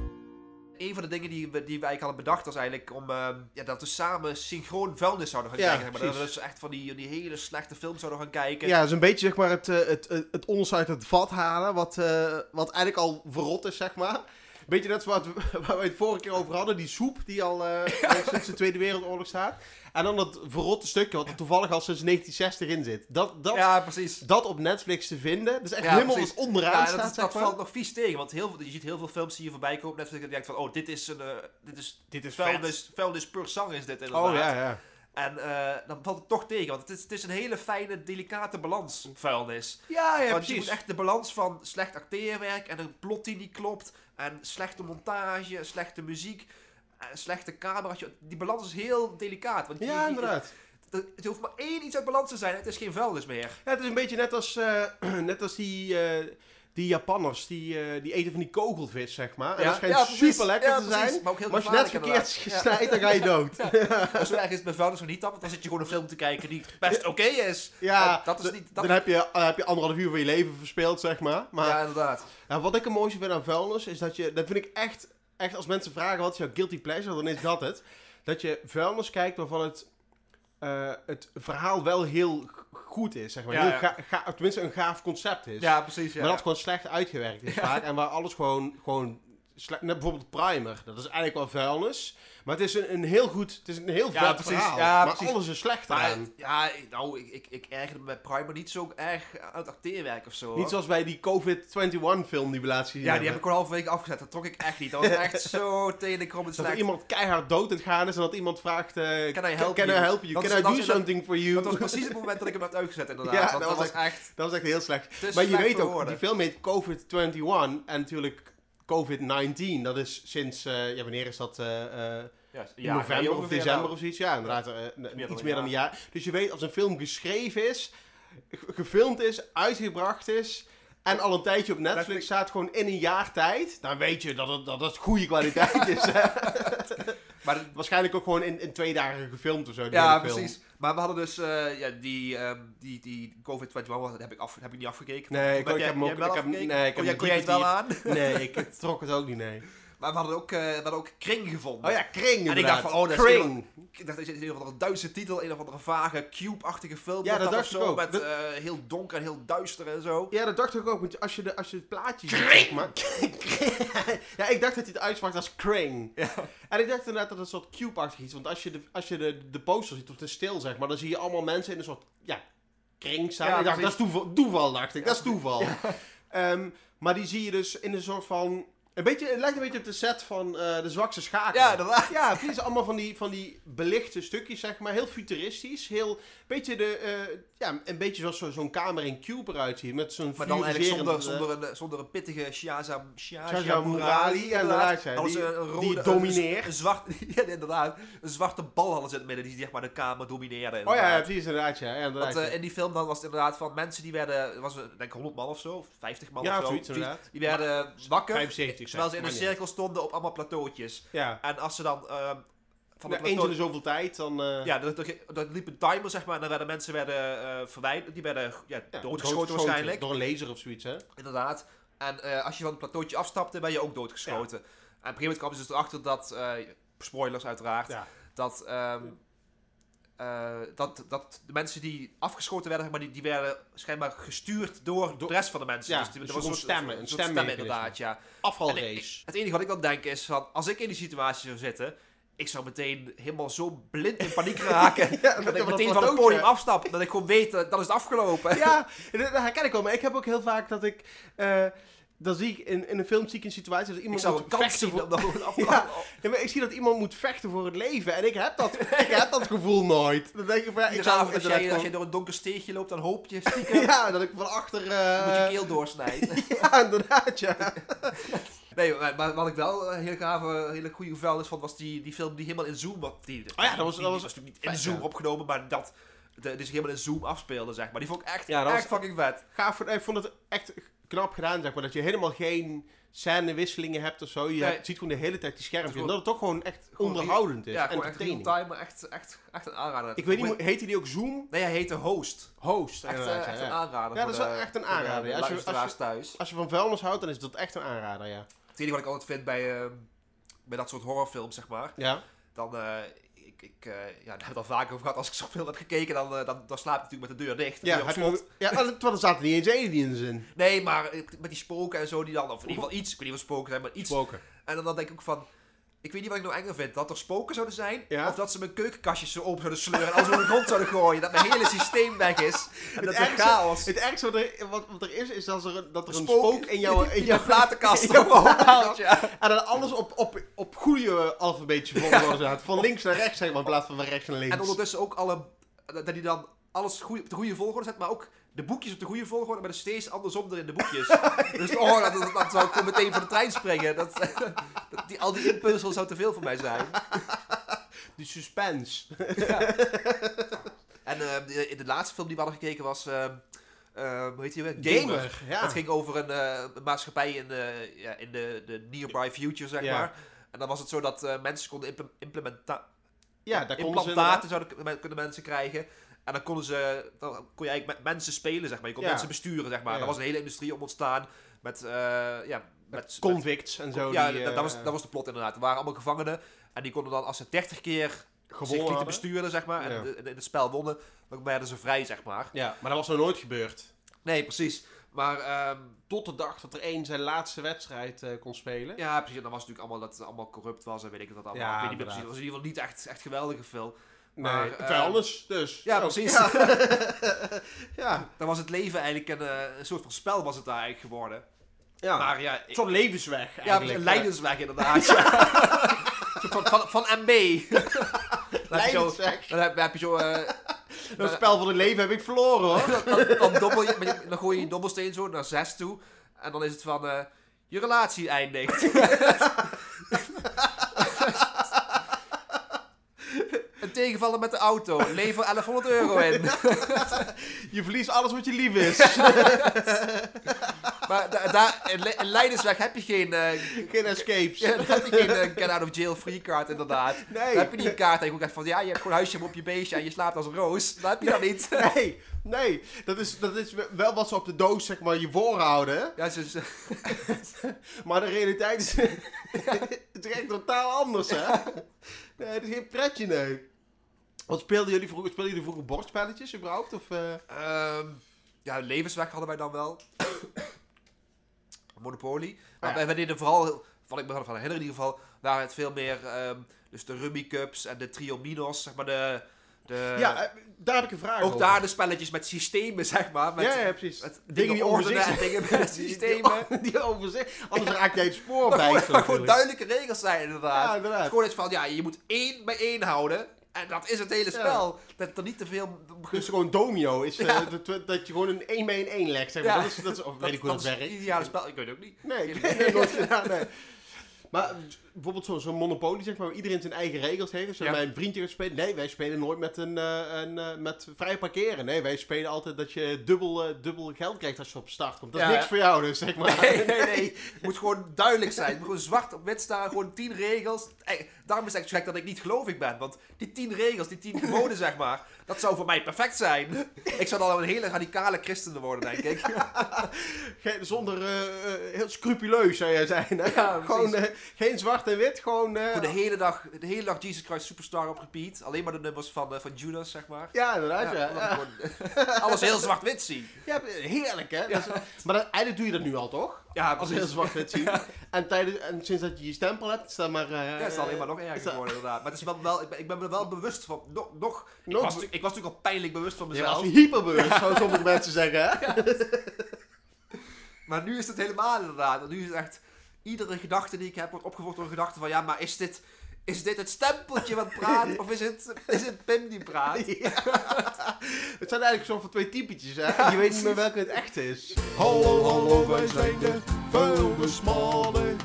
S2: Een van de dingen die we, die we eigenlijk hadden bedacht was eigenlijk om uh, ja, dat we samen synchroon vuilnis zouden gaan
S1: Ja,
S2: kijken. Maar dat we
S1: precies.
S2: dus echt van die, die hele slechte films zouden gaan kijken.
S1: Ja, dat is een beetje zeg maar het, uh, het, het, het ons uit het vat halen, wat, uh, wat eigenlijk al verrot is, zeg maar. Beetje net zoals waar we het vorige keer over hadden, die soep die al uh, sinds de Tweede Wereldoorlog staat. En dan dat verrotte stukje wat er toevallig al sinds negentien zestig in zit. Dat, dat,
S2: Ja, precies.
S1: dat op Netflix te vinden, dat is echt
S2: Ja,
S1: helemaal
S2: precies.
S1: wat onderaan
S2: Ja,
S1: staat,
S2: dat,
S1: zeg
S2: dat
S1: maar.
S2: valt nog vies tegen, want heel veel, je ziet heel veel films die je voorbij komen op Netflix en je denkt van, oh, dit is een, uh, dit is,
S1: Dit is
S2: vuilnis, vuilnis pur sang is dit inderdaad.
S1: Oh ja, ja.
S2: En uh, dan valt het toch tegen, want het is, het is een hele fijne, delicate balans, vuilnis.
S1: Ja, ja,
S2: Want je
S1: precies.
S2: moet echt de balans van slecht acteerwerk en een plot die niet klopt, en slechte montage, slechte muziek, en slechte camera. Die balans is heel delicaat. Want je,
S1: Ja,
S2: je-
S1: inderdaad.
S2: Het, het hoeft maar één iets uit balans te zijn, het is geen vuilnis meer.
S1: Ja, het is een beetje net als, uh, net als die, uh, die Japanners, die, uh, die eten van die kogelvis, zeg maar. En
S2: Ja,
S1: dat schijnt
S2: ja, precies.
S1: super lekker
S2: Ja,
S1: te
S2: precies.
S1: zijn.
S2: Maar ook heel
S1: Maar als je net
S2: gevaarlijk,
S1: verkeerd
S2: inderdaad. Ja.
S1: snijdt, dan ga je dood.
S2: Dus zo erg is het bij vuilnis nog niet dan, want dan zit je gewoon een film te kijken die best oké is.
S1: Ja,
S2: En dat is
S1: d-
S2: niet... Dat...
S1: dan heb je, dan heb je anderhalf uur van je leven verspeeld, zeg maar. Maar
S2: Ja, inderdaad.
S1: ja, wat ik het mooiste vind aan vuilnis, is dat je... Dat vind ik echt, echt als mensen vragen wat is jouw guilty pleasure, dan is dat het. Dat je vuilnis kijkt waarvan het, uh, het verhaal wel heel g- goed is, zeg maar.
S2: Ja,
S1: heel
S2: ja.
S1: ga, ga, tenminste een gaaf concept is.
S2: Ja, precies. Ja.
S1: Maar dat gewoon slecht uitgewerkt is
S2: Ja.
S1: vaak. En waar alles gewoon, gewoon slecht... Net bijvoorbeeld Primer. Dat is eigenlijk wel vuilnis. Maar het is een, een heel goed... Het is een heel
S2: Ja,
S1: vet
S2: precies.
S1: verhaal.
S2: Ja,
S1: maar
S2: precies.
S1: alles is slecht
S2: Maar,
S1: eraan.
S2: ja, nou, ik, ik, ik ergerde me bij Primer niet zo erg aan het acteerwerk of zo.
S1: Niet
S2: hoor.
S1: zoals bij die covid eenentwintig film die we laatst gezien
S2: Ja, die heb
S1: hebben.
S2: ik gewoon halverwege afgezet. Dat trok ik echt niet. Dat was echt zo tegen de krom en
S1: Dat er
S2: slecht.
S1: iemand keihard dood aan het gaan is en dat iemand vraagt... Uh,
S2: Can I help
S1: can
S2: you?
S1: I help you?
S2: Dat
S1: Can
S2: is-
S1: I
S2: dat
S1: do
S2: is-
S1: something for you?
S2: Dat was precies het moment dat ik hem had uitgezet, inderdaad.
S1: Ja,
S2: Want
S1: dat
S2: dat,
S1: was
S2: was echt...
S1: Dat was echt heel slecht.
S2: te
S1: Maar je
S2: slecht
S1: weet
S2: voor
S1: ook,
S2: woorden.
S1: die film heet covid eenentwintig. En natuurlijk covid negentien. Dat is sinds... Uh, ja, wanneer is dat... Uh, uh,
S2: Ja,
S1: in
S2: ja,
S1: november
S2: nee,
S1: of
S2: ongeveer
S1: december
S2: wel.
S1: of zoiets. Ja, inderdaad. uh,
S2: meer dan
S1: iets
S2: een
S1: meer dan een jaar. Dus je weet, als een film geschreven is, ge- gefilmd is, uitgebracht is, en al een tijdje op Netflix
S2: Netflix.
S1: staat, gewoon in een jaar tijd, dan weet je dat het, dat het goede kwaliteit is. hè.
S2: Maar de-
S1: Waarschijnlijk ook gewoon in, in twee dagen gefilmd of zo. die
S2: ja,
S1: hele film.
S2: precies. Maar we hadden dus uh, ja, die, um, die, die covid eenentwintig, dat heb ik, af, heb ik niet afgekeken.
S1: Nee,
S2: Of
S1: ik,
S2: heb
S1: ik
S2: jij-
S1: heb hem ook...
S2: jij wel
S1: Ik heb,
S2: afgekeken?
S1: nee, ik
S2: Kon
S1: heb
S2: jij,
S1: hem
S2: kon jij
S1: drie
S2: het wel
S1: kwartier-
S2: aan?
S1: Nee, ik trok het ook niet, nee.
S2: Maar we hadden ook, uh, we hadden ook Kring gevonden.
S1: Oh ja, Kring
S2: En ik dacht van, oh, dat is
S1: Kring.
S2: Ik dacht, dat is een of andere Duitse titel, een of andere vage, cube-achtige film.
S1: Ja,
S2: was
S1: dat
S2: of
S1: dacht ik
S2: zo,
S1: ook.
S2: Met
S1: Dat-
S2: uh, heel donker en heel duister en zo.
S1: Ja, dat dacht ik ook. Want als je, de, als je het plaatje ziet, zeg maar... ja, ik dacht dat hij het uitsprak als Kring.
S2: Ja.
S1: En ik dacht inderdaad dat het een soort cube-achtig iets. Want als je, de, als je de, de poster ziet, of het is stil zeg maar, dan zie je allemaal mensen in een soort, ja, kring staan.
S2: Ja,
S1: ik dacht,
S2: precies.
S1: dat is toeval, toeval dacht ik.
S2: Ja,
S1: dat is toeval.
S2: ja.
S1: Ehm, maar die zie je dus in een soort van... Een beetje, het lijkt een beetje op de set van uh, De Zwakste Schakel.
S2: Ja, inderdaad.
S1: Ja, precies. Allemaal van die, van die belichte stukjes, zeg maar. Heel futuristisch. Heel, beetje de, uh, ja, een beetje zoals zo, zo'n kamer in Cube eruit ziet. Met zo'n
S2: Maar dan eigenlijk zonder,
S1: fluoriserende,
S2: zonder, een, zonder een pittige Shazam
S1: Shazam Murali, ja, inderdaad, ja.
S2: Hadden ze
S1: Die-
S2: een rode,
S1: die
S2: een-
S1: domineert.
S2: Een, zwart, ja, inderdaad. Een zwarte bal hadden ze in het midden die zeg maar de kamer domineerde.
S1: Oh ja, ja,
S2: inderdaad.
S1: precies, inderdaad, ja. ja inderdaad,
S2: Want uh,
S1: ja.
S2: in die film dan was het inderdaad van mensen die werden, was het denk ik honderd man of zo, of vijftig man
S1: Ja,
S2: of zo.
S1: zoiets, inderdaad.
S2: Die werden wakker,
S1: vijfenzeventig,
S2: terwijl ze in een
S1: zeg, maar
S2: cirkel stonden op allemaal plateautjes.
S1: Ja.
S2: En als ze dan uh, van
S1: Ja,
S2: het
S1: eens in
S2: plateau...
S1: de zoveel tijd, dan... Uh...
S2: Ja, dat, dat, dat liep een timer, zeg maar. En dan werden mensen werden, uh, verwijderd. Die werden ja,
S1: Ja,
S2: doodgeschoten waarschijnlijk.
S1: Door een laser of zoiets, hè?
S2: Inderdaad. En uh, als je van het plateautje afstapte, ben je ook doodgeschoten. Ja. En op een gegeven moment kwamen ze dus erachter dat... Uh, spoilers uiteraard. Ja. Dat... Um, Uh, dat, dat de mensen die afgeschoten werden, maar die, die werden schijnbaar gestuurd door de rest van de mensen.
S1: Ja,
S2: dus, die,
S1: dus
S2: er was
S1: een
S2: een
S1: stemmen, een
S2: stemmen, stemmen inderdaad, ja.
S1: Afvalrace.
S2: Het enige wat ik dan denk is van, als ik in die situatie zou zitten, ik zou meteen helemaal zo blind in paniek raken, ja, dat, dat ik meteen van het podium afstap, dat ik gewoon weet, dat is het afgelopen.
S1: Ja, dat herken ik wel, maar ik heb ook heel vaak dat ik... Uh, Dan zie ik in, in een film zie ik een situatie dat iemand
S2: ik
S1: moet vechten voor...
S2: Voor...
S1: ja, ja, maar ik zie dat iemand moet vechten voor het leven. En ik heb dat, ik heb dat gevoel nooit. Dan denk ik van, ja, ik
S2: zou als, jij, gewoon... als jij door een donker steegje loopt, dan hoop je stiekem...
S1: ja, dat ik van achter... Uh...
S2: moet je keel doorsnijden.
S1: ja, inderdaad, ja.
S2: Nee, maar, maar wat ik wel een hele gave, hele goede vuilnis vond, was die, die film die helemaal in zoom... Die,
S1: oh ja, dat was,
S2: die,
S1: dat was,
S2: die was natuurlijk niet in zoom opgenomen, maar dat... De, dus helemaal in zoom afspeelde, zeg maar. Die vond ik echt,
S1: ja,
S2: echt was, fucking vet.
S1: Gaaf, ik vond het echt knap gedaan, zeg maar. Dat je helemaal geen scènewisselingen hebt of zo. Je nee. hebt, ziet gewoon de hele tijd die schermpjes. En dat het toch gewoon echt gewoon onderhoudend is.
S2: Ja,
S1: en
S2: gewoon echt real-time, maar echt, echt, echt een aanrader.
S1: Ik weet niet, heette die ook Zoom?
S2: Nee, hij heette Host.
S1: Host,
S2: echt, uh, echt
S1: ja.
S2: een aanrader.
S1: Ja, dat is wel echt een aanrader.
S2: Ja.
S1: Als, je, als, je,
S2: thuis.
S1: als je van vuilnis houdt, dan is dat echt een aanrader, ja.
S2: Het enige wat ik altijd vind bij, uh, bij dat soort horrorfilms, zeg maar.
S1: Ja.
S2: Dan... Uh, Ik, ik, uh, ja, daar heb ik het al vaker over gehad. Als ik zo'n film heb gekeken, dan, uh, dan, dan slaap je natuurlijk met de deur dicht.
S1: Ja, heb je, ja, terwijl er zaten niet eens aliens in.
S2: Nee, maar met die spoken en zo, die dan, of in ieder geval iets, ik weet niet wat spoken zijn, maar iets.
S1: Spoken.
S2: En dan, dan denk ik ook van, ik weet niet wat ik nou enger vind. Dat er spoken zouden zijn,
S1: ja?
S2: of dat ze mijn keukenkastjes zo open zouden sleuren en alles over de grond zouden gooien. Dat mijn hele systeem weg is. En dat er chaos.
S1: Het ergste wat er, wat, wat er is, is dat er, dat er een
S2: spook,
S1: spook in jouw, in
S2: jouw platenkast
S1: haalt. Ja. En dan alles op, op, op goede alfabetje volgorde. Van links naar rechts, zeg maar, in plaats van van rechts naar links.
S2: En ondertussen ook alle, dat hij dan alles goeie, op de goede volgorde zet, maar ook de boekjes op de goede volgorde, maar er steeds andersom er in de boekjes. Dus oh, dat, dat, dat zou ik gewoon meteen van de trein springen. Dat, dat, die, al die impulsen zou te veel voor mij zijn.
S1: Die suspense.
S2: Ja. En uh, in de laatste film die we hadden gekeken was... Uh, uh, hoe heet die weer? Gamer. Gamer ja. Dat ging over een, uh, een maatschappij in, uh, ja, in de, de nearby future, zeg ja. maar. En dan was het zo dat uh, mensen konden imple- implementa-
S1: ja, daar
S2: implantaten zouden kunnen mensen krijgen. En dan konden ze, dan kon je eigenlijk met mensen spelen, zeg maar. Je kon ja. mensen besturen, zeg maar. Ja. Er was een hele industrie om ontstaan met, uh, ja, met,
S1: met convicts met, en zo.
S2: Ja,
S1: die, uh,
S2: dat, dat, was, dat was de plot inderdaad. Er waren allemaal gevangenen en die konden dan, als ze dertig keer zich lieten besturen, zeg maar, en ja. in, in het spel wonnen, dan werden ze vrij, zeg maar.
S1: Ja, maar dat was nog nooit gebeurd.
S2: Nee, precies. Maar um,
S1: tot de dag dat er één zijn laatste wedstrijd uh, kon spelen.
S2: Ja, precies. En dan was het natuurlijk allemaal dat het allemaal corrupt was en weet ik wat allemaal. Ja, ik weet niet meer precies. Het was in ieder geval niet echt, echt geweldige film.
S1: Maar, nee, vuilnis uh, dus.
S2: Ja, oh. precies.
S1: Ja. ja.
S2: Dan was het leven eigenlijk een, uh, een soort van spel was het daar eigenlijk geworden.
S1: Ja,
S2: maar, ja
S1: een soort levensweg eigenlijk.
S2: Ja, een leidensweg inderdaad. Ja. van, van, van M B.
S1: Leidensweg.
S2: Dan heb, heb je zo... Uh,
S1: dat spel van het leven heb ik verloren hoor.
S2: dan, dan, dan, dobbel je, dan gooi je je dobbelsteen zo naar zes toe. En dan is het van... Uh, je relatie eindigt. Een tegenvallen met de auto. Lever elfhonderd euro in.
S1: Je verliest alles wat je lief is.
S2: Maar da- daar in, in Leidensweg heb je geen... Uh,
S1: geen escapes.
S2: Ja, dan heb je geen uh, get out of jail free card inderdaad.
S1: Nee.
S2: Dan heb je niet een kaart en je echt van... Ja, je hebt gewoon huisje op je beestje en je slaapt als een roos. Dat heb je dan niet.
S1: Nee, nee. Dat is, dat is wel wat ze op de doos zeg maar je voorhouden.
S2: Ja, dus, uh,
S1: maar de realiteit is... het is echt totaal anders, hè? Nee, het is geen pretje, nee. Wat speelden jullie vroeger? Speelden jullie vroeger bordspelletjes überhaupt? Of, uh...
S2: um, ja, levensweg hadden wij dan wel. Monopoly. Maar
S1: ah, ja.
S2: wij deden vooral, wat ik me van herinner in ieder geval, waren het veel meer, um, dus de Rummy Cups en de Trio Minos, zeg maar de... de
S1: ja, uh, daar heb ik een vraag
S2: ook
S1: over.
S2: daar de spelletjes met systemen, zeg maar. Met,
S1: ja, ja, precies.
S2: Met
S1: dingen,
S2: dingen
S1: die
S2: ordenen en dingen met systemen.
S1: Die, die overzicht. Anders ja. raak jij het spoor
S2: maar
S1: bij.
S2: Gewoon, maar gewoon duidelijke regels zijn, inderdaad.
S1: Ja, inderdaad.
S2: Gewoon iets van, ja, je moet één bij één houden. En dat is het hele spel. Ja. Dat er niet te veel...
S1: Dus gewoon domino is ja. uh, dat, dat je gewoon een één bij een één legt. Zeg maar. Ja. Dat is, dat is, of weet
S2: dat,
S1: ik hoe dat, dat werkt.
S2: Ja, het spel, ik weet het ook niet.
S1: Nee, ik heb het nooit gedaan. Nee. Maar bijvoorbeeld zo'n zo Monopoly, zeg maar, waar iedereen zijn eigen regels heeft. Als je
S2: Ja.
S1: met een vriendje gaat spelen, nee, wij spelen nooit met, een, uh, een, uh, met vrij parkeren. Nee, wij spelen altijd dat je dubbel, uh, dubbel geld krijgt als je op start komt. Dat is
S2: Ja,
S1: niks
S2: ja.
S1: voor jou dus, zeg maar.
S2: Nee, nee, nee. Het moet gewoon duidelijk zijn. Het moet gewoon zwart op wit staan. Gewoon tien regels. Ey, daarom is het echt zo gek dat ik niet gelovig ben. Want die tien regels, die tien geboden, zeg maar, dat zou voor mij perfect zijn. Ik zou dan een hele radicale christen worden, denk ik.
S1: Geen, zonder, uh, uh, heel scrupuleus zou jij zijn. Hè?
S2: Ja,
S1: gewoon uh, geen zwart en wit, gewoon... Uh,
S2: Gewoon de hele dag, de hele dag Jesus Christ Superstar op repeat. Alleen maar de nummers van, uh, van Judas, zeg maar.
S1: Ja, inderdaad, ja.
S2: omdat
S1: ja.
S2: ik gewoon alles heel zwart-wit zie.
S1: Ja, heerlijk, hè? Dat is, maar dan, eigenlijk doe je dat nu al, toch?
S2: Ja,
S1: Als heel zwart-wit zien. En, tijdens, en sinds dat je je stempel hebt, is dat maar... Uh,
S2: Ja, het is alleen maar nog erger
S1: is dat-
S2: geworden, inderdaad. Maar het is wel, wel, ik, ben, ik ben me er wel bewust van. Nog, nog, ik,
S1: Nog
S2: was,
S1: be-
S2: natuurlijk- ik was natuurlijk al pijnlijk bewust van
S1: Ja,
S2: mezelf.
S1: als je hyperbewust, zouden sommige mensen zeggen, hè?
S2: Maar nu is het helemaal inderdaad. Want nu is het echt... Iedere gedachte die ik heb wordt opgevolgd door een gedachte van... Ja, maar is dit... Is dit het stempeltje wat praat? Of is het, is het Pim die praat?
S1: Ja. Het zijn eigenlijk zo van twee typetjes, hè? Je weet niet meer welke het echt is.
S3: Hallo, hallo, wij zijn de vuilnismannen.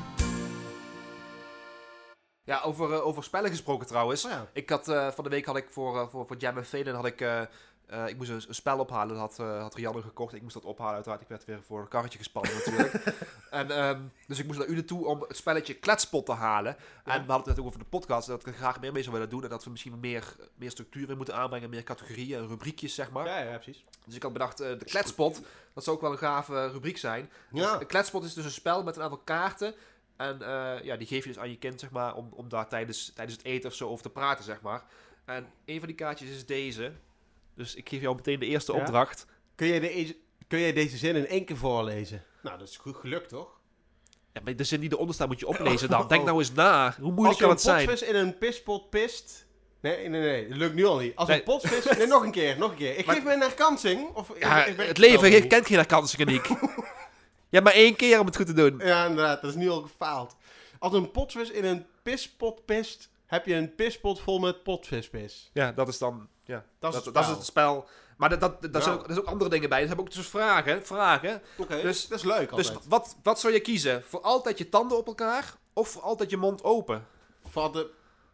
S2: Ja, over, uh, over spellen gesproken trouwens.
S1: Oh ja.
S2: Ik had, uh, van de week had ik voor, uh, voor, voor Jam en Phelan had ik... Uh, uh, ik moest een, een spel ophalen, dat had, uh, had Rianne gekocht. Ik moest dat ophalen uiteraard. Ik werd weer voor een karretje gespannen natuurlijk. en, um, dus ik moest naar u naartoe om het spelletje Kletspot te halen.
S1: Ja.
S2: En we hadden het net ook over de podcast. Dat ik er graag meer mee zou willen doen. En dat we misschien meer, meer structuur in moeten aanbrengen. Meer categorieën en rubriekjes, zeg maar.
S1: Ja, ja, precies.
S2: Dus ik had bedacht, uh, de Kletspot. Dat zou ook wel een gave rubriek zijn.
S1: Ja.
S2: De Kletspot is dus een spel met een aantal kaarten. En uh, ja, die geef je dus aan je kind, zeg maar, om, om daar tijdens, tijdens het eten of zo over te praten, zeg maar. En een van die kaartjes is deze. Dus ik geef jou meteen de eerste
S1: Ja?
S2: opdracht.
S1: Kun jij, de, kun jij deze zin in één keer voorlezen? Nou, dat is goed gelukt, toch?
S2: Ja, maar de zin die eronder staat moet je oplezen dan.
S1: Oh.
S2: Denk nou eens na. Hoe moeilijk
S1: Als je
S2: kan
S1: een
S2: het zijn?
S1: potvis in een pispot pist... Nee, nee, nee. Dat lukt nu al niet. Als
S2: Nee.
S1: een potvis... Nee, nog een keer, nog een keer. Ik
S2: Maar-
S1: geef me een herkansing. Of,
S2: Ja,
S1: ik- ik weet
S2: het leven
S1: wel
S2: heeft,
S1: niet.
S2: kent geen herkansingen, Nick. Je hebt maar één keer om het goed te doen.
S1: Ja, inderdaad. Dat is nu al gefaald. Als een potvis in een pispot pist... heb je een pispot vol met potvispis.
S2: Ja, dat is dan... Ja,
S1: Dat
S2: dat,
S1: is
S2: dat,
S1: het
S2: is het spel. Maar dat, dat, dat
S1: Ja.
S2: zijn ook, er zijn ook andere dingen bij. Dus heb ik ook dus vragen. vragen.
S1: Oké,
S2: Dus-
S1: dat is leuk
S2: Dus
S1: altijd.
S2: wat, wat zou je kiezen? Voor altijd je tanden op elkaar? Of voor altijd je mond open?
S1: Van de...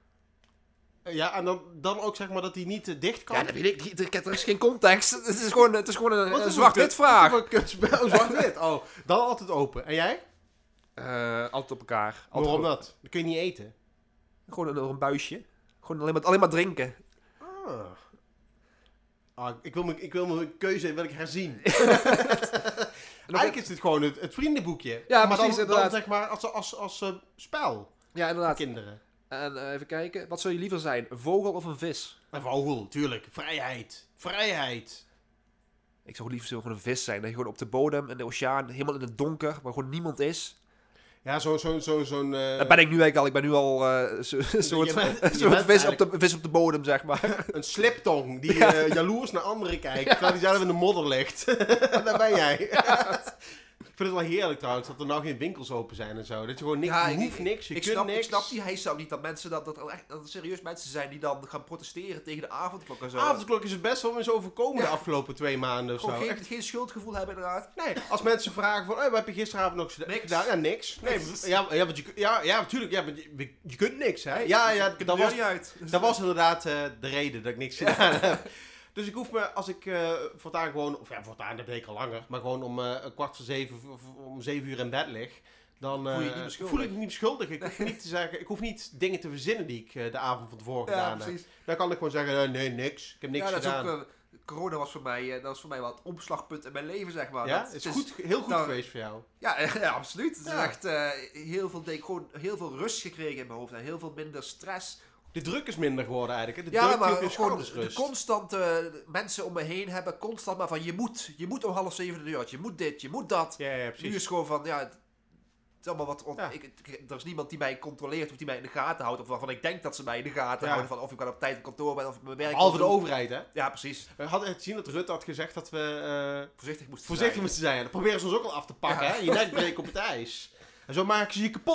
S1: Ja, en dan, dan ook zeg maar dat hij niet te dicht kan.
S2: Ja, dat weet ik niet. Er- Er is geen context. Het is gewoon, het is gewoon een,
S1: Wat
S2: een
S1: is
S2: zwart-wit
S1: kut-
S2: vraag.
S1: wat een kutspel. Oh, zwart-wit. Oh, dan altijd open. En jij?
S2: Eh, altijd op elkaar. Altijd
S1: Waarom
S2: gewoon-
S1: dat? Dan kun je niet eten.
S2: Gewoon een, een buisje. Gewoon alleen maar, alleen maar drinken.
S1: Ah. Ah, ik, wil mijn, ik wil mijn keuze wil ik herzien. Eigenlijk is dit gewoon het, het vriendenboekje.
S2: Ja,
S1: maar
S2: precies,
S1: dan, dan
S2: inderdaad.
S1: zeg maar als, als, als uh, spel
S2: Ja,
S1: voor
S2: inderdaad.
S1: kinderen.
S2: En eh, even kijken. Wat zou je liever zijn? Een vogel of een vis?
S1: Een vogel, tuurlijk. Vrijheid. Vrijheid.
S2: Ik zou liever zo gewoon een vis zijn. Dat je gewoon op de bodem in de oceaan, helemaal in het donker, waar gewoon niemand is.
S1: Ja, zo'n... Zo, zo, zo'n uh,
S2: Dat ben ik nu eigenlijk al. Ik ben nu al eh, zo- een soort,
S1: Je bent- je
S2: een soort
S1: bent
S2: vis, op de, vis op de bodem, zeg maar.
S1: een sliptong die uh, jaloers naar anderen kijkt, terwijl hij zelf in de modder ligt. Daar ben jij. Ik vind het wel heerlijk trouwens, dat er nou geen winkels open zijn en zo. Dat je gewoon niks,
S2: Ja,
S1: je
S2: ik-
S1: hoeft niks, je
S2: ik,
S1: kunt
S2: snap,
S1: niks.
S2: ik snap die hij zou niet dat mensen dat, dat, er echt, dat er serieus mensen zijn die dan gaan protesteren tegen de avondklok en zo.
S1: Avondklok is het best wel eens overkomen de afgelopen twee maanden of zo.
S2: Gewoon geen,
S1: Echt.
S2: geen schuldgevoel hebben inderdaad.
S1: Nee, als mensen vragen van, hey, wat heb je gisteravond nog geda-
S2: Niks.
S1: gedaan? Ja, niks. Nee,
S2: Niks.
S1: ja, ja, want je, ja, ja, natuurlijk. Ja, want je, je kunt niks, hè? Ja, ja,
S2: dat
S1: dat was,
S2: niet uit.
S1: dat was inderdaad uh, de reden dat ik niks gedaan heb. Dus ik hoef me, als ik uh, voortaan gewoon, of ja, voortaan, dat deed ik al langer, maar gewoon om uh, een kwart voor zeven, of om zeven uur in bed lig, dan uh,
S2: Voel je je niet beschuldigd?
S1: voel ik me niet beschuldigd. Ik hoef niet te zeggen, ik hoef niet dingen te verzinnen die ik uh, de avond van tevoren
S2: Ja,
S1: gedaan heb.
S2: precies.
S1: Dan kan ik gewoon zeggen, uh, nee, niks. Ik heb niks
S2: Ja, dat is
S1: gedaan.
S2: ook, uh, corona was voor mij, uh, dat was voor mij wel het omslagpunt in mijn leven, zeg maar.
S1: ja,
S2: Dat
S1: het is goed, heel goed
S2: nou,
S1: geweest voor jou.
S2: Ja, ja, absoluut. Het is
S1: Ja.
S2: echt uh, heel veel, denk, ik, gewoon heel veel rust gekregen in mijn hoofd en heel veel minder stress.
S1: De druk is minder geworden eigenlijk. Hè? De
S2: Ja,
S1: druk die op
S2: maar
S1: je
S2: gewoon
S1: schouders
S2: de
S1: rust.
S2: constante mensen om me heen hebben, constant maar van je moet, je moet om half zeven de deur uit, je moet dit, je moet dat.
S1: Ja, ja,
S2: Nu
S1: precies.
S2: is gewoon van, ja, het is allemaal wat, want
S1: Ja.
S2: ik, ik- er is niemand die mij controleert of die mij in de gaten houdt, of waarvan ik denk dat ze mij in de gaten
S1: Ja.
S2: houden, van of ik wel op tijd op kantoor ben, of ik mijn werk
S1: Behalve de
S2: wil doen.
S1: overheid, hè?
S2: Ja, precies.
S1: We hadden het gezien dat Rutte had gezegd dat we uh,
S2: Voorzichtig moest
S1: voorzichtig moesten zijn. Dat proberen ze ons ook al af te pakken,
S2: Ja.
S1: hè? Je nek breken op het ijs. En zo maken ze je kapot.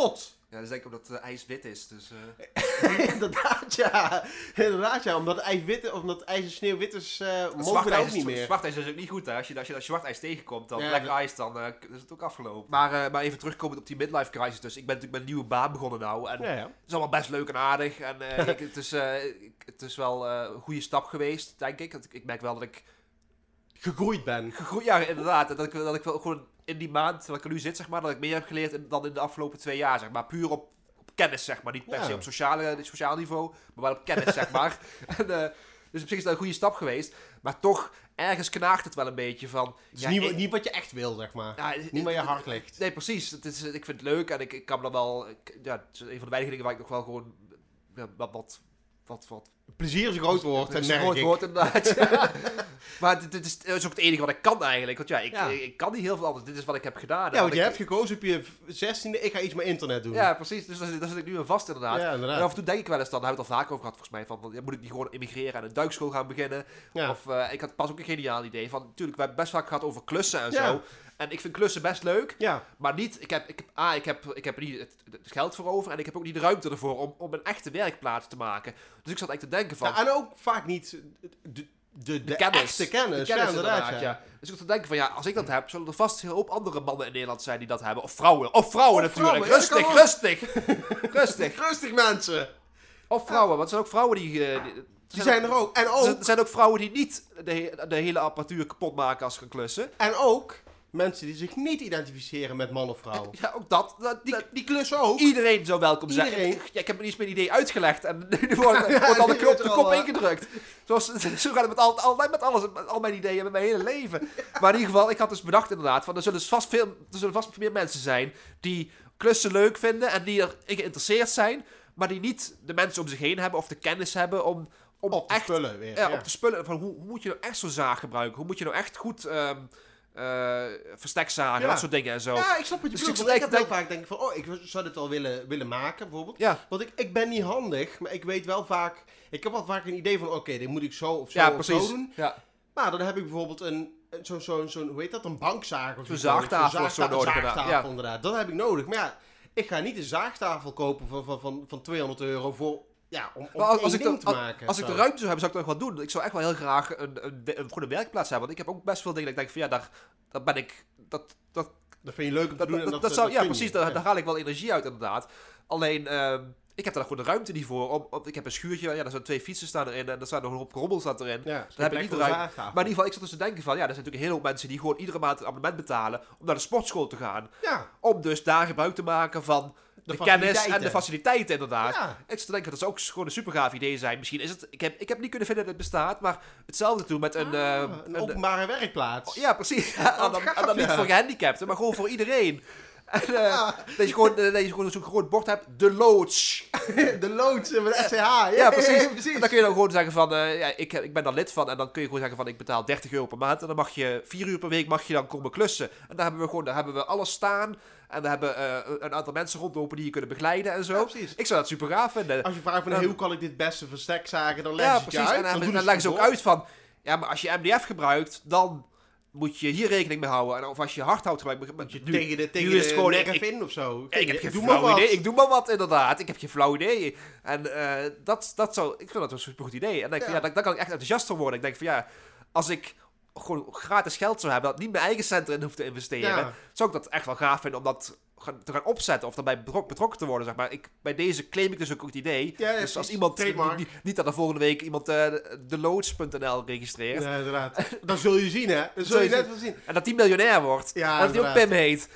S2: Ja, dat is denk ik omdat uh, ijs wit is. Dus, uh...
S1: Inderdaad, ja. Inderdaad, ja. Omdat ijs wit, of omdat ijs en sneeuw wit is, uh, mogen we dat ook niet meer.
S2: Zwart ijs is ook niet goed, hè. Als je, als je, als je zwart ijs tegenkomt, dan
S1: ja,
S2: black
S1: dat...
S2: ice, dan uh, is het ook afgelopen. Maar, uh, maar even terugkomend op die midlife crisis. Dus ik ben natuurlijk met een nieuwe baan begonnen nou. En
S1: ja, ja.
S2: het is allemaal best leuk en aardig. En uh, ik, het, is, uh, ik, het is wel uh, een goede stap geweest, denk ik. Ik, ik merk wel dat ik...
S1: gegroeid ben.
S2: Gegroeid, ja, inderdaad. Dat ik, dat ik wel gewoon in die maand, dat ik er nu zit, zeg maar, dat ik meer heb geleerd in, dan in de afgelopen twee jaar, zeg maar. Puur op, op kennis, zeg maar. Niet per
S1: ja.
S2: se op sociale, sociaal niveau, maar wel op kennis, zeg maar. En, uh, dus op zich is dat een goede stap geweest. Maar toch, ergens knaagt het wel een beetje van...
S1: Het is
S2: ja,
S1: niet,
S2: ik,
S1: niet wat je echt wil, zeg maar.
S2: Ja,
S1: niet waar je hart ligt.
S2: Nee, precies. Het is, ik vind het leuk en ik, ik kan me dan wel... Ik, ja, het is een van de weinige dingen waar ik nog wel gewoon... Ja, wat... wat Wat, wat.
S1: Plezier is een groot woord,
S2: Het is een groot woord, inderdaad. Ja. Maar dit, dit, is, dit is ook het enige wat ik kan eigenlijk. Want ja ik,
S1: ja.
S2: ik, ik kan niet heel veel anders. Dit is wat ik heb gedaan.
S1: Ja, want je
S2: ik,
S1: hebt gekozen op je zestiende, ik ga iets met internet doen.
S2: Ja, precies. Dus daar, daar zit ik nu aan vast, inderdaad.
S1: Ja, inderdaad.
S2: En af en toe denk ik wel eens, dan daar hebben we het al vaak over gehad volgens mij, van ja, moet ik niet gewoon immigreren en een duikschool gaan beginnen?
S1: Ja.
S2: Of uh, ik had pas ook een geniaal idee van, natuurlijk, we hebben best vaak gehad over klussen en
S1: ja.
S2: zo. En ik vind klussen best leuk,
S1: ja.
S2: maar niet, ik heb, ik heb, ah, ik heb, ik heb er niet het, het geld voor over en ik heb ook niet de ruimte ervoor om, om een echte werkplaats te maken. Dus ik zat eigenlijk te denken van...
S1: Ja, en ook vaak niet de, de, de,
S2: de kennis.
S1: echte kennis.
S2: De kennis
S1: ja, inderdaad,
S2: inderdaad,
S1: ja.
S2: ja. Dus ik zat te denken van, ja, als ik dat heb, zullen er vast een hoop andere mannen in Nederland zijn die dat hebben. Of vrouwen. Of vrouwen
S1: Of
S2: natuurlijk.
S1: vrouwen,
S2: rustig,
S1: ja,
S2: rustig, rustig.
S1: Rustig, mensen.
S2: Of vrouwen, want er zijn ook vrouwen die... Uh, die
S1: Die zijn er ook. En ook...
S2: Er zijn ook vrouwen die niet de, he de hele apparatuur kapot maken als ze gaan klussen.
S1: En ook mensen die zich niet identificeren met man of vrouw.
S2: Ja, ook dat. dat
S1: Die,
S2: dat
S1: die klussen ook.
S2: Iedereen zou welkom zijn.
S1: Iedereen.
S2: Ja, ik heb me niet eens mijn idee uitgelegd en nu wordt, ja, wordt al de knop, de kop ingedrukt. Zoals, zo gaat het met, al, altijd met alles, met al mijn ideeën, met mijn hele leven. Maar in ieder geval, ik had dus bedacht inderdaad, van, er, zullen vast veel, er zullen vast meer mensen zijn die klussen leuk vinden en die erin geïnteresseerd zijn, maar die niet de mensen om zich heen hebben of de kennis hebben om... Om
S1: op de
S2: echt,
S1: spullen weer.
S2: Ja,
S1: ja.
S2: op de spullen. Van hoe, hoe moet je nou echt zo'n zaag gebruiken? Hoe moet je nou echt goed um, uh, verstekzagen?
S1: Ja.
S2: Dat soort dingen en zo.
S1: Ja, ik snap wat je
S2: Dus
S1: bedoelt.
S2: ik
S1: Ik, ik
S2: denk-
S1: heb heel vaak denk ik van, oh, ik zou dit wel willen, willen maken, bijvoorbeeld.
S2: Ja,
S1: Want ik, ik ben niet handig, maar ik weet wel vaak... Ik heb wel vaak een idee van, oké, okay, dit moet ik zo of zo
S2: ja
S1: of zo
S2: precies.
S1: doen.
S2: Ja.
S1: Maar dan heb ik bijvoorbeeld een... Zo'n, zo, zo, hoe heet dat? Een bankzaag of
S2: Zo'n
S1: iets
S2: zaagtafel
S1: nodig.
S2: of zo nodig,
S1: zaagtafel,
S2: inderdaad. Ja.
S1: inderdaad. Dat heb ik nodig. Maar ja, ik ga niet een zaagtafel kopen van, van, van, van tweehonderd euro voor... Ja, om, om
S2: Maar als,
S1: één
S2: als, ik,
S1: ding
S2: de,
S1: te
S2: als,
S1: maken.
S2: als ik
S1: zo.
S2: de ruimte zou hebben, zou ik dat nog wel doen. Ik zou echt wel heel graag een, een, een, een goede werkplaats hebben. Want ik heb ook best veel dingen dat ik denk van ja, daar, daar ben ik... Dat, dat,
S1: Dat vind je leuk om te
S2: dat,
S1: doen.
S2: dat,
S1: en
S2: dat,
S1: dat,
S2: zou,
S1: dat
S2: ja,
S1: kun je.
S2: precies. Daar,
S1: Ja.
S2: daar haal ik wel energie uit inderdaad. Alleen... Uh, ik heb daar gewoon de ruimte niet voor. Om, om, ik heb een schuurtje, ja, daar zijn twee fietsen staan erin en er staan nog een hoop rommel staat erin.
S1: Ja,
S2: Daar heb ik niet de ruimte. Maar
S1: Maar
S2: in ieder geval, ik zat dus te denken van, ja, er zijn natuurlijk een hele hoop mensen die gewoon iedere maand een abonnement betalen om naar de sportschool te gaan.
S1: ja,
S2: Om dus daar gebruik te maken van de,
S1: De
S2: kennis en
S1: faciliteiten.
S2: de faciliteiten inderdaad.
S1: ja.
S2: Ik zat te denken, dat zou ook gewoon een super gaaf idee zijn. Misschien is het, ik heb, ik heb niet kunnen vinden dat het bestaat, maar hetzelfde toen met een...
S1: Ah,
S2: uh,
S1: een
S2: een
S1: openbare werkplaats.
S2: ja, precies. Ja, en dan,
S1: gaaf,
S2: en dan niet
S1: ja.
S2: voor gehandicapten, maar gewoon voor iedereen. En, uh,
S1: Ja.
S2: dat je gewoon, dat je gewoon zo'n groot bord hebt, de loods.
S1: De loods met S C H. Ja,
S2: Ja, precies.
S1: precies.
S2: En dan kun je dan gewoon zeggen van, uh, ja, ik, ik ben daar lid van. En dan kun je gewoon zeggen van, ik betaal dertig euro per maand. En dan mag je vier uur per week mag je dan komen klussen. En daar hebben we gewoon, daar hebben we alles staan. En we hebben uh, een aantal mensen rondlopen die je kunnen begeleiden en zo.
S1: Ja, precies.
S2: Ik zou dat super gaaf vinden.
S1: Als je vraagt van,
S2: Um,
S1: hey, hoe kan ik dit beste verstekzagen, dan leg
S2: Ja,
S1: je het je
S2: precies.
S1: uit.
S2: En dan,
S1: doen
S2: dan
S1: ze
S2: leggen ze ook
S1: voor.
S2: uit van, ja, maar als je M D F gebruikt, dan moet je hier rekening mee houden. En of als je hardhout gebruikt, moet je nu...
S1: Tegen de, tegen
S2: nu is het
S1: de
S2: gewoon,
S1: nek
S2: ik-
S1: even in of zo.
S2: Ja, ik heb geen
S1: Doe
S2: flauw
S1: maar wat.
S2: idee. Ik doe maar wat, inderdaad. Ik heb geen flauw idee. En uh, dat, dat zou... Ik vind dat een supergoed idee. En denk
S1: Ja.
S2: van, ja, daar, daar kan ik echt enthousiast van worden. Ik denk van, ja, als ik gewoon gratis geld zou hebben, dat niet mijn eigen cent erin hoef te investeren,
S1: Ja.
S2: zou ik dat echt wel gaaf vinden om dat gaan, te gaan opzetten of daarbij betrok, betrokken te worden, zeg maar. Ik, bij deze claim ik dus ook het idee.
S1: Ja, ja,
S2: dus als
S1: precies.
S2: iemand,
S1: Trademark.
S2: niet, niet dat er volgende week iemand uh, de loods punt n l registreert,
S1: Ja, inderdaad. Dat zul je zien, hè. Dat zul je net wel zien.
S2: en dat die miljonair wordt,
S1: Ja,
S2: en dat die ook
S1: inderdaad.
S2: Pim heet.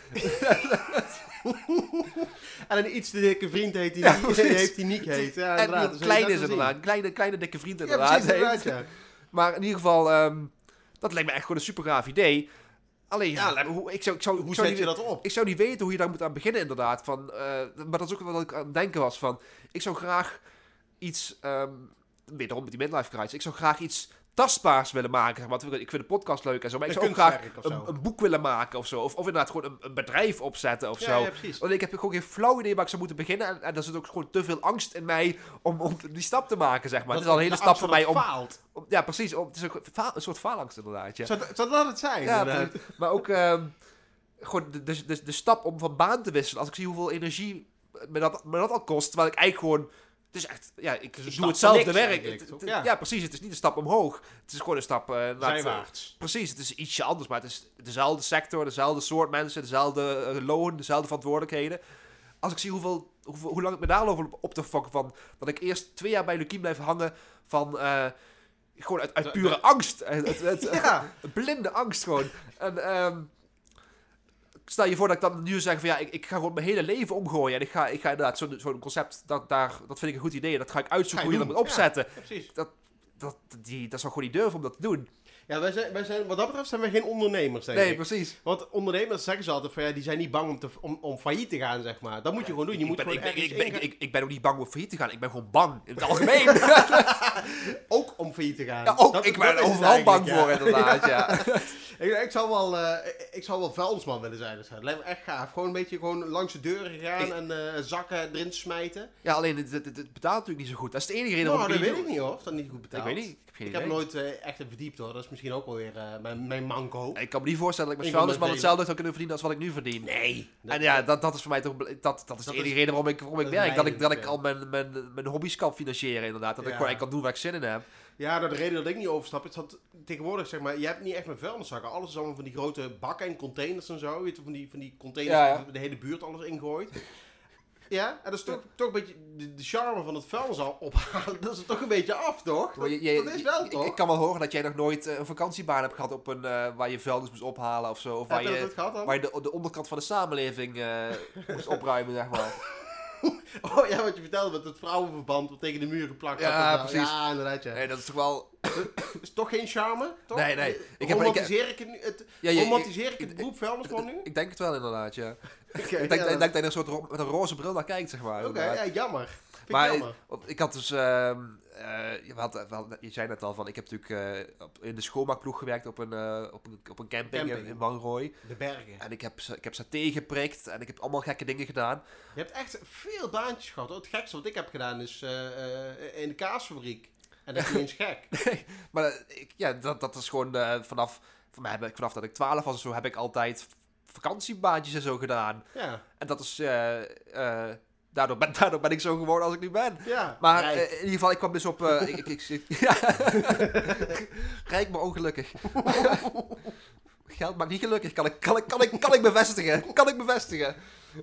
S1: En een iets te dikke vriend heet die,
S2: Ja,
S1: die
S2: precies.
S1: heeft die Niek heet. Ja,
S2: En
S1: inderdaad.
S2: die
S1: Dat zul je
S2: klein
S1: net
S2: is
S1: wel
S2: inderdaad.
S1: zien.
S2: Een kleine, kleine dikke vriend
S1: Ja,
S2: inderdaad.
S1: precies,
S2: heeft.
S1: inderdaad, ja.
S2: Maar in ieder geval, um, dat lijkt me echt gewoon een super gaaf idee. Alleen, ja,
S1: Ja,
S2: hoe, ik zou, ik zou,
S1: Hoe
S2: ik zou
S1: zet
S2: niet,
S1: je dat op?
S2: ik zou niet weten hoe je daar moet aan beginnen inderdaad. Van, uh, maar dat is ook wat ik aan het denken was van, ik zou graag iets, um, wederom met die midlife crisis, ik zou graag iets tastbaars willen maken. Zeg maar. Ik vind de podcast leuk en zo, maar ik
S1: Een
S2: zou ook graag
S1: kunstwerk of zo.
S2: een, een boek willen maken of zo. Of, of inderdaad gewoon een, een bedrijf opzetten of
S1: Ja,
S2: zo.
S1: ja, precies.
S2: Want ik heb gewoon geen flauw idee waar ik zou moeten beginnen. En, en er zit ook gewoon te veel angst in mij om, om die stap te maken, zeg maar.
S1: Dat-
S2: het is al een hele
S1: de
S2: stap
S1: angst
S2: voor
S1: dat
S2: mij
S1: het
S2: om,
S1: faalt.
S2: om... Ja, precies. Om, het is ook faal- een soort faalangst inderdaad, ja.
S1: Zou, zou dat het zijn?
S2: Ja,
S1: inderdaad?
S2: precies. Maar ook ehm, gewoon de, de, de, de stap om van baan te wisselen. Als ik zie hoeveel energie uh, me dat, me dat al kost, terwijl ik eigenlijk gewoon... Het is echt, ja, ik
S1: een
S2: doe
S1: stap
S2: hetzelfde
S1: van niks
S2: werk.
S1: eigenlijk,
S2: Het-
S1: toch?
S2: het-
S1: Ja.
S2: ja. precies. Het is niet een stap omhoog. Het is gewoon een stap uh, naar het,
S1: Zijwaarts.
S2: precies, het is ietsje anders, maar het is dezelfde sector, dezelfde soort mensen, dezelfde uh, loon, dezelfde verantwoordelijkheden. Als ik zie hoeveel, hoeveel, hoe lang ik me daar over op, op te fokken van, dat ik eerst twee jaar bij Lukien blijf hangen van, uh, gewoon uit, uit pure angst. Uit, uit, uit,
S1: Ja.
S2: blinde angst gewoon. En, um, stel je voor dat ik dan nu zeg van ja, ik, ik ga gewoon mijn hele leven omgooien. En ik ga, ik ga inderdaad zo'n zo'n concept, dat, daar, dat vind ik een goed idee. Dat ga ik uitzoeken
S1: Ga
S2: hoe
S1: je
S2: je dat
S1: doen.
S2: moet opzetten.
S1: Ja, precies.
S2: Dat, dat, die, dat zou gewoon niet durven om dat te doen.
S1: Ja, wij zijn, wij zijn, wat dat betreft zijn wij geen ondernemers, denk
S2: Nee,
S1: ik.
S2: precies.
S1: Want ondernemers zeggen ze altijd van ja, die zijn niet bang om, te, om, om failliet te gaan, zeg maar. Dat moet je gewoon doen. Je
S2: Ik
S1: moet
S2: ben,
S1: gewoon
S2: ik, ben,
S1: ergens
S2: ik, ben,
S1: ingaan.
S2: ik, ik, ik ben ook niet bang om failliet te gaan. Ik ben gewoon bang. In het algemeen.
S1: Ook om failliet te gaan.
S2: Ja, ook.
S1: Dat-
S2: ik
S1: dat
S2: ben
S1: is het
S2: overal bang
S1: eigenlijk,
S2: voor,
S1: ja.
S2: inderdaad. Ja.
S1: Ik, ik zou wel, uh, ik, ik zou wel vuilnisman willen zijn. Dus dat lijkt me echt gaaf. Gewoon een beetje gewoon langs de deuren gaan
S2: Ik-
S1: en uh, zakken erin smijten.
S2: ja, alleen het, het, het betaalt natuurlijk niet zo goed. Dat is de enige reden
S1: Nou,
S2: waarom
S1: dat
S2: ik
S1: weet
S2: het
S1: ik niet hoor, of dat niet goed
S2: niet
S1: betaalt.
S2: doe. Ik weet niet. Ik heb geen
S1: Ik
S2: idee.
S1: heb nooit uh, echt in verdiept hoor. Dat is misschien ook wel weer uh, mijn, mijn manco.
S2: Ik kan me niet voorstellen dat ik met
S1: Ik wil
S2: vuilnisman
S1: met
S2: hetzelfde zou kunnen verdienen als wat ik nu verdien.
S1: Nee.
S2: En ja, dat, dat is voor mij toch... Dat, dat is
S1: Dat
S2: de enige
S1: is-
S2: reden waarom ik, waarom ik
S1: dat is
S2: werk. Dat ik, dat ik
S1: leidend,
S2: al mijn, mijn, mijn hobby's kan financieren, inderdaad. Dat ik
S1: Ja.
S2: gewoon eigenlijk kan doen waar ik zin in heb.
S1: Ja, nou, de reden dat ik niet overstap is dat tegenwoordig, zeg maar, je hebt niet echt meer vuilniszakken. Alles is allemaal van die grote bakken en containers en zo. Weet je, van die, van die containers
S2: Ja, ja.
S1: waar de hele buurt alles ingooit. Ja, en dat is toch, toch een beetje de, de charme van het vuilnis al ophalen. Dat is er toch een beetje af, toch?
S2: Maar je- je-
S1: dat is wel,
S2: ik-
S1: toch?
S2: Ik kan wel horen dat jij nog nooit uh, een vakantiebaan hebt gehad op een, uh, waar je vuilnis moest ophalen of zo. Of waar
S1: Heb je
S2: je,
S1: dat ooit gehad dan?
S2: waar je de, de onderkant van de samenleving uh, moest opruimen, zeg maar.
S1: Oh ja, wat je vertelde met het vrouwenverband wat tegen de muur geplakt
S2: Ja,
S1: had.
S2: precies.
S1: Ja, inderdaad, ja.
S2: Nee, dat is toch wel...
S1: Is toch geen charme, toch?
S2: Nee, nee. Ik heb-
S1: romantiseer ik het, nu- het,
S2: Ja, je-
S1: romantiseer ik
S2: ik-
S1: het beroep vuilnisman nu?
S2: Ik denk het wel, inderdaad, ja.
S1: Oké,
S2: Ik denk,
S1: ja,
S2: ik
S1: dat-
S2: denk dat je er een soort ro- met een roze bril naar kijkt, zeg maar.
S1: Oké,
S2: inderdaad.
S1: ja, jammer. Vind ik
S2: Maar
S1: jammer.
S2: ik, ik had dus, ehm, uh, je, had, wel, je zei net al van, ik heb natuurlijk uh, op, in de schoonmaakploeg gewerkt op een, uh, op een, op een camping,
S1: Camping.
S2: in, in Wanrooy.
S1: De bergen.
S2: En ik heb, ik heb saté geprikt en ik heb allemaal gekke dingen gedaan.
S1: Je hebt echt veel baantjes gehad. hoor. Het gekste wat ik heb gedaan is uh, uh, in de kaasfabriek. En dat is niet eens gek.
S2: Nee, maar uh, ik, ja, dat, dat is gewoon uh, vanaf, voor mij heb ik, vanaf dat ik twaalf was of zo, heb ik altijd vakantiebaantjes en zo gedaan.
S1: Ja.
S2: En dat is, uh, uh, daardoor, ben, daardoor ben ik zo geworden als ik nu ben.
S1: Ja.
S2: Maar
S1: Rijk.
S2: uh, in ieder geval, ik kwam dus op... Uh, ik, ik, ik, ik, ja. Rijk maar ongelukkig. Geld maakt niet gelukkig, kan ik, kan ik, kan ik, kan ik bevestigen. Kan ik bevestigen.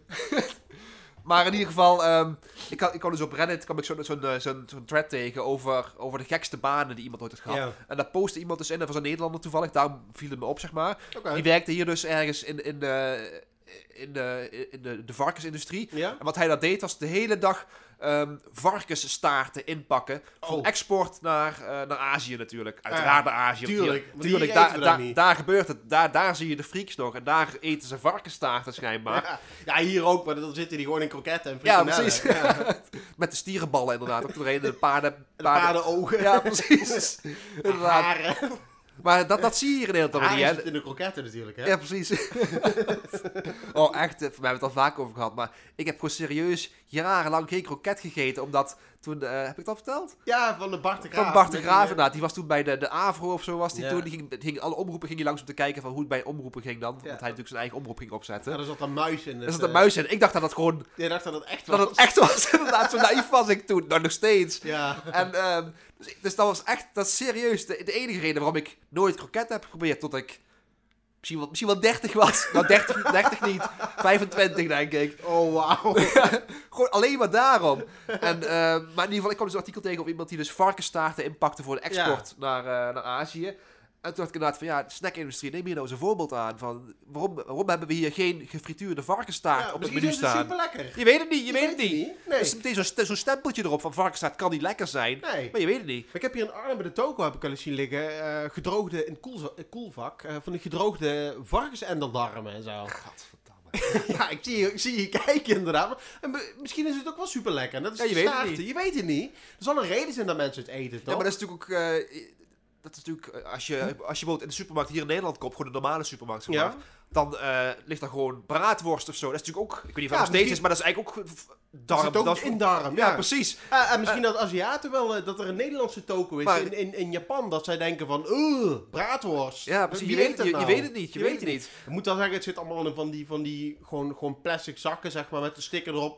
S2: Maar in ieder geval, um, ik, kan, ik kwam dus op Reddit, kwam ik zo'n zo'n zo'n zo'n thread tegen over, over de gekste banen die iemand ooit had gehad.
S1: Ja.
S2: En daar postte iemand dus in, dat was een Nederlander toevallig, daarom viel het me op, zeg maar.
S1: Oké.
S2: Die werkte hier dus ergens in, in, de, in, de, in de, de varkensindustrie.
S1: Ja?
S2: En wat hij daar deed, was de hele dag um, varkensstaarten inpakken. Voor
S1: Oh.
S2: export naar, uh, naar Azië natuurlijk. Uiteraard naar Azië. want
S1: tuurlijk,
S2: hier-
S1: want
S2: tuurlijk
S1: hier
S2: daar,
S1: eten we dat
S2: daar,
S1: niet.
S2: daar gebeurt het. Daar, daar zie je de freaks nog. En daar eten ze varkensstaarten schijnbaar.
S1: Ja. Ja, hier ook, maar dan zitten die gewoon in kroketten en
S2: Ja,
S1: frikandellen.
S2: precies.
S1: Ja.
S2: Met de stierenballen inderdaad. Ook doorheen de paarden.
S1: En de paardenogen.
S2: Ja, precies. inderdaad.
S1: Haren.
S2: Maar dat, dat zie je hier in Nederland allemaal
S1: Haren
S2: niet, hè.
S1: zit in de kroketten natuurlijk, hè?
S2: Ja, precies. oh, echt. eh, Voor mij hebben we het al vaak over gehad. Maar ik heb gewoon serieus jarenlang geen kroket gegeten. Omdat toen... Uh, heb ik dat verteld?
S1: Ja, van de Bart de Graaf.
S2: Van Bart de
S1: Met
S2: Graaf
S1: die,
S2: inderdaad. Die was toen bij de, de Avro of zo was die
S1: Ja.
S2: toen. Die ging, die ging, alle omroepen ging hij langs om te kijken van hoe het bij omroepen ging dan.
S1: Ja.
S2: Want hij natuurlijk zijn eigen omroep ging opzetten.
S1: Ja, er zat een muis in.
S2: Er
S1: het,
S2: zat een
S1: eh,
S2: muis in. Ik dacht dat dat gewoon...
S1: Je dacht dat het echt was.
S2: Dat het echt was. Inderdaad, zo naïef was ik toen. Nou, nog steeds.
S1: Ja.
S2: En, um, dus, dus dat was echt, dat is serieus de, de enige reden waarom ik nooit kroket heb geprobeerd tot ik misschien wel, misschien wel dertig was. Nou, dertig, dertig niet. vijfentwintig denk ik.
S1: Oh, wauw.
S2: Gewoon alleen maar daarom. En, uh, maar in ieder geval, ik kwam dus een artikel tegen over iemand die dus varkensstaarten inpakte voor de export naar, uh, naar Azië. En toen dacht ik inderdaad van, ja, de snackindustrie, neem hier nou eens een voorbeeld aan. Van, waarom, waarom hebben we hier geen gefrituurde varkensstaart
S1: Ja,
S2: op het
S1: misschien
S2: menu
S1: is het
S2: staan?
S1: super lekker.
S2: Je weet het niet, je, weet het niet.
S1: Nee.
S2: Er is meteen zo'n zo'n stempeltje erop van varkensstaart kan niet lekker zijn.
S1: Nee.
S2: Maar je weet het niet.
S1: Maar ik heb hier in Arnhem bij de toko heb ik al eens zien liggen. Uh, gedroogde, in het koelza- uh, koelvak. Uh, van die gedroogde varkensendeldarmen en zo.
S2: Gadverdamme.
S1: Ja, ik zie, je, ik zie je kijken inderdaad. En be- misschien is het ook wel super lekker. Dat is
S2: Ja, je
S1: de
S2: weet het
S1: staarten.
S2: niet.
S1: Je weet het niet. Er zal een reden zijn dat mensen het eten, toch?
S2: Ja, maar dat is natuurlijk ook... Uh, dat is natuurlijk, uh, als je, als je bijvoorbeeld in de supermarkt hier in Nederland koopt, gewoon de normale supermarkt, zeg maar,
S1: Ja.
S2: dan uh, ligt er gewoon braadworst of zo. Dat is natuurlijk ook, ik weet niet of
S1: Ja,
S2: het nog steeds
S1: misschien-
S2: is, maar dat is eigenlijk ook f-
S1: Dat
S2: darm.
S1: zit ook
S2: dat is-
S1: in darm.
S2: ja,
S1: Ja,
S2: precies.
S1: Ah, en misschien dat Aziaten wel, uh, dat er een Nederlandse toko is
S2: Maar-
S1: in, in, in Japan. Dat zij denken van, oeh, braadworst.
S2: Ja, precies.
S1: Wie
S2: Je weet,
S1: dat
S2: je,
S1: nou?
S2: je weet het niet, je, weet het niet.
S1: Ik moet wel zeggen, het zit allemaal in van die, van die gewoon, gewoon plastic zakken, zeg maar, met de sticker erop.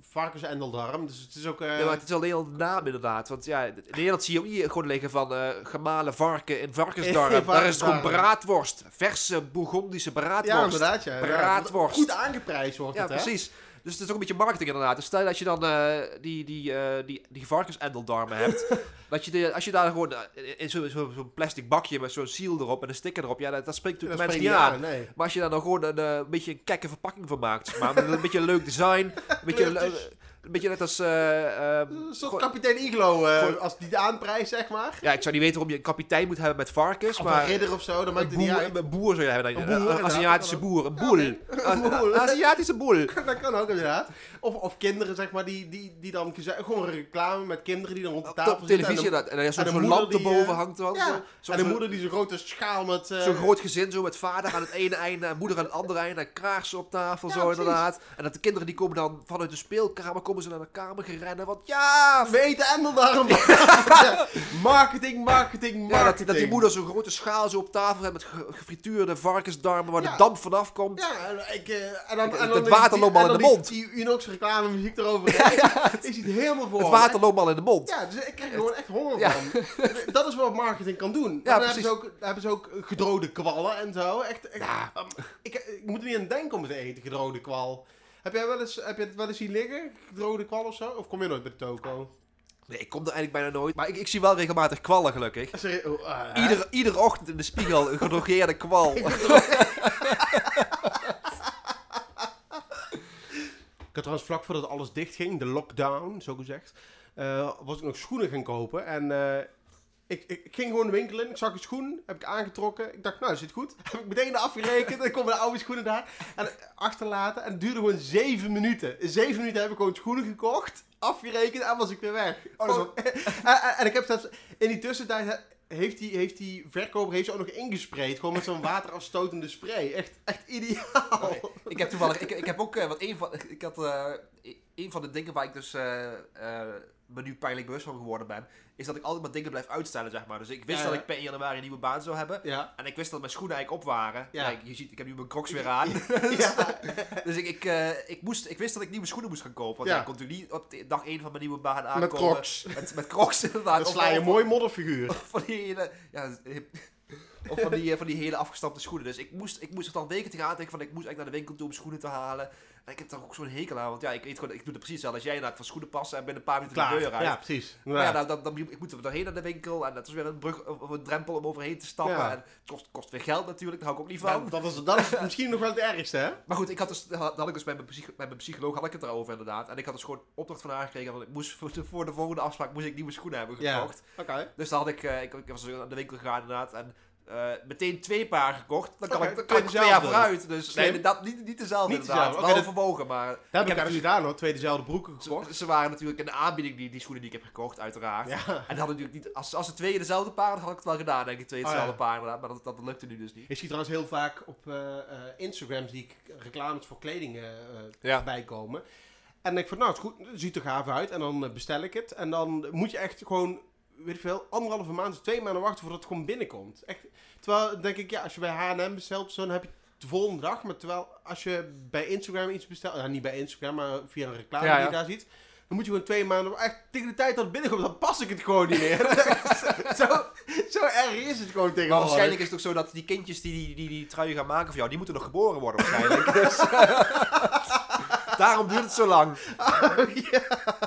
S1: varkensendeldarm. Dus het is ook... Uh...
S2: Ja, maar het is alleen al de naam inderdaad. Want ja, in Nederland zie je ook niet gewoon liggen van uh, gemalen varken in varkensdarm.
S1: In
S2: Daar is het gewoon
S1: varkensdarm.
S2: braadworst. Verse Bourgondische braadworst.
S1: Ja, inderdaad. Ja.
S2: Braadworst.
S1: Goed aangeprijsd wordt
S2: Ja,
S1: het, hè?
S2: precies. Dus het is ook een beetje marketing inderdaad. Dus stel dat je dan uh, die, die, uh, die, die varkensendeldarmen hebt. Dat je de, als je daar gewoon uh, in zo'n zo, zo plastic bakje met zo'n seal erop en een sticker erop. Ja, dat, dat spreekt natuurlijk
S1: Dat
S2: de mensen niet aan.
S1: aan, nee.
S2: Maar als je daar dan gewoon een, uh, een beetje een kekke verpakking van maakt. Zeg maar, met een beetje een leuk design. Een beetje, uh, een beetje net als... Uh, uh,
S1: Een soort kapitein Iglo, uh,
S2: gewoon,
S1: als die de aanprijs, zeg maar.
S2: Ja, ik zou niet weten waarom je een kapitein moet hebben met varkens.
S1: Of
S2: maar
S1: een ridder of zo, dan maakt
S2: een
S1: het niet
S2: boer,
S1: uit.
S2: een boer zou je hebben.
S1: Een
S2: Een,
S1: boer,
S2: een, een Aziatische boer. Een boel. Een
S1: boel.
S2: Aziatische boel.
S1: Dat kan ook inderdaad. Of, of kinderen, zeg maar, die, die, die dan... Gewoon een reclame met kinderen die dan rond de tafel
S2: Op
S1: zitten.
S2: televisie
S1: En
S2: en, en, en
S1: en
S2: zo'n
S1: de
S2: zo
S1: moeder
S2: lamp
S1: die,
S2: erboven
S1: uh,
S2: hangt. Dan,
S1: ja.
S2: zo, zo,
S1: en de
S2: zo,
S1: moeder die zo'n grote schaal met... Uh,
S2: Zo'n groot gezin, zo met vader aan het ene einde en moeder aan het andere einde en kaarsen op tafel,
S1: Ja,
S2: zo
S1: precies.
S2: inderdaad. En dat de kinderen die komen dan vanuit de speelkamer, komen ze naar de kamer gerennen, want ja...
S1: We eten endeldarm. Ja. Marketing, marketing,
S2: Ja, dat,
S1: marketing.
S2: dat die moeder zo'n grote schaal zo op tafel heeft met ge- gefrituurde varkensdarmen waar
S1: Ja.
S2: de damp vanaf komt.
S1: Ja, en, ik, uh, en dan...
S2: Het-
S1: en dan
S2: het water loopt al in de
S1: die-
S2: mond.
S1: Die, die Unox reclame muziek eroverheen. Ja, ik zie het helemaal voor
S2: Het
S1: me.
S2: water loopt al in de mond.
S1: Ja, dus ik krijg er gewoon echt honger
S2: Ja.
S1: van. Dat is wat marketing kan doen.
S2: Ja,
S1: dan hebben
S2: precies.
S1: ze, ook, dan hebben ze ook gedroogde kwallen en zo. Echt, echt
S2: Ja.
S1: um, ik, ik moet er niet aan denken om het te eten, gedroogde kwal. Heb jij wel eens, heb je het wel eens zien liggen, gedroogde kwal of zo? Of kom je nooit bij de toko?
S2: Nee, ik kom er eigenlijk bijna nooit. Maar ik, ik zie wel regelmatig kwallen, gelukkig.
S1: Sorry, oh, uh, hè?
S2: Iedere, iedere ochtend in de spiegel een gedrogeerde kwal.
S1: Ik had trouwens vlak voordat alles dicht ging, de lockdown, zo gezegd, uh, was ik nog schoenen gaan kopen. En uh, ik, ik, ik ging gewoon de winkel in, ik zag een schoen, heb ik aangetrokken. Ik dacht, nou, zit goed. Heb ik meteen afgerekend, dan komen de oude schoenen daar en achterlaten. En het duurde gewoon zeven minuten. In zeven minuten heb ik gewoon schoenen gekocht, afgerekend en was ik weer weg.
S2: Oh, dat is
S1: Gewoon- en, en, en ik heb zelfs, in die tussentijd heeft die, heeft die verkoper heeft ze ook nog ingespreid. Gewoon met zo'n waterafstotende spray. Echt, echt ideaal.
S2: Ik heb toevallig, ik, ik heb ook, uh, wat een van, ik had, uh, een van de dingen waar ik dus uh, uh, me nu pijnlijk bewust van geworden ben, is dat ik altijd maar dingen blijf uitstellen, zeg maar. Dus ik wist
S1: Ja,
S2: dat
S1: ja.
S2: ik per één januari een nieuwe baan zou hebben.
S1: Ja.
S2: En ik wist dat mijn schoenen eigenlijk op waren.
S1: Ja.
S2: Ja, je ziet, ik heb nu mijn crocs weer aan.
S1: Ja.
S2: Dus ik, ik, uh, ik, moest, ik wist dat ik nieuwe schoenen moest gaan kopen. Want
S1: Ja.
S2: ja. ik kon natuurlijk niet op de dag één van mijn nieuwe baan aankomen.
S1: Met crocs.
S2: Met, met crocs inderdaad.
S1: Dan
S2: Of-
S1: sla je een
S2: of-
S1: mooi modderfiguur.
S2: of van die hele, ja, of van die, eh, van die hele afgestapte schoenen. Dus ik moest, ik moest er dan weken tegenaan denken van ik moest eigenlijk naar de winkel toe om schoenen te halen. En ik heb daar ook zo'n hekel aan, want ja, ik weet gewoon, ik doe het precies hetzelfde als jij inderdaad van schoenen passen en binnen een paar minuten de deur uit.
S1: Ja, precies.
S2: Maar ja,
S1: Ja.
S2: dan, dan, dan, ik moet er doorheen naar de winkel en dat is weer een brug of een drempel om overheen te stappen.
S1: Ja.
S2: En het kost, kost weer geld natuurlijk, daar hou ik ook niet van.
S1: Ja, dat, is, dat is misschien nog wel het ergste, hè?
S2: Maar goed, ik had dus, had, had ik dus met mijn, psych, met mijn psycholoog had ik het erover inderdaad. En ik had dus gewoon opdracht van haar gekregen, want ik moest voor de, voor de volgende afspraak moest ik nieuwe schoenen hebben
S1: Ja.
S2: gekocht.
S1: Oké.
S2: Dus dan had ik, uh, ik, ik was naar de winkel gegaan inderdaad en uh, meteen twee paar gekocht. Dan kan
S1: Oké,
S2: ik, dan
S1: kan
S2: kan
S1: je
S2: ik twee jaar
S1: dezelfde
S2: vooruit. Dus
S1: Slim.
S2: nee, dat, niet, niet dezelfde
S1: Niet
S2: inderdaad.
S1: dezelfde,
S2: Wel
S1: oké, dat-
S2: overwogen, maar...
S1: Dat heb ik
S2: heb
S1: eigenlijk gedaan hoor. Twee dezelfde broeken gekocht.
S2: Ze, ze waren natuurlijk in de aanbieding, die, die schoenen die ik heb gekocht, uiteraard.
S1: Ja.
S2: En dat had natuurlijk niet, als, als ze twee dezelfde paar, dan had ik het wel gedaan, denk ik. Twee
S1: Oh,
S2: dezelfde
S1: ja.
S2: paar inderdaad, maar dat, dat lukte nu dus niet.
S1: Ik zie trouwens heel vaak op uh, uh, Instagrams die ik reclames voor kleding uh,
S2: Ja.
S1: voorbij komen. En dan denk ik van, nou, het is goed, het ziet er gaaf uit. En dan uh, bestel ik het. En dan moet je echt gewoon, weet ik veel, anderhalve maand of twee maanden wachten voordat het gewoon binnenkomt. Echt. Terwijl, denk ik, ja, als je bij H en M bestelt, zo, dan heb je het de volgende dag. Maar terwijl, als je bij Instagram iets bestelt, nou niet bij Instagram, maar via een reclame
S2: Ja,
S1: die
S2: ja.
S1: je daar ziet. Dan moet je gewoon twee maanden, echt tegen de tijd dat het binnenkomt, dan pas ik het gewoon niet meer. zo, zo erg is het gewoon
S2: Maar
S1: tegenwoordig.
S2: waarschijnlijk is het ook zo dat die kindjes die die, die, die truien gaan maken voor jou, die moeten nog geboren worden waarschijnlijk. Dus, daarom duurt het zo lang.
S1: Ja.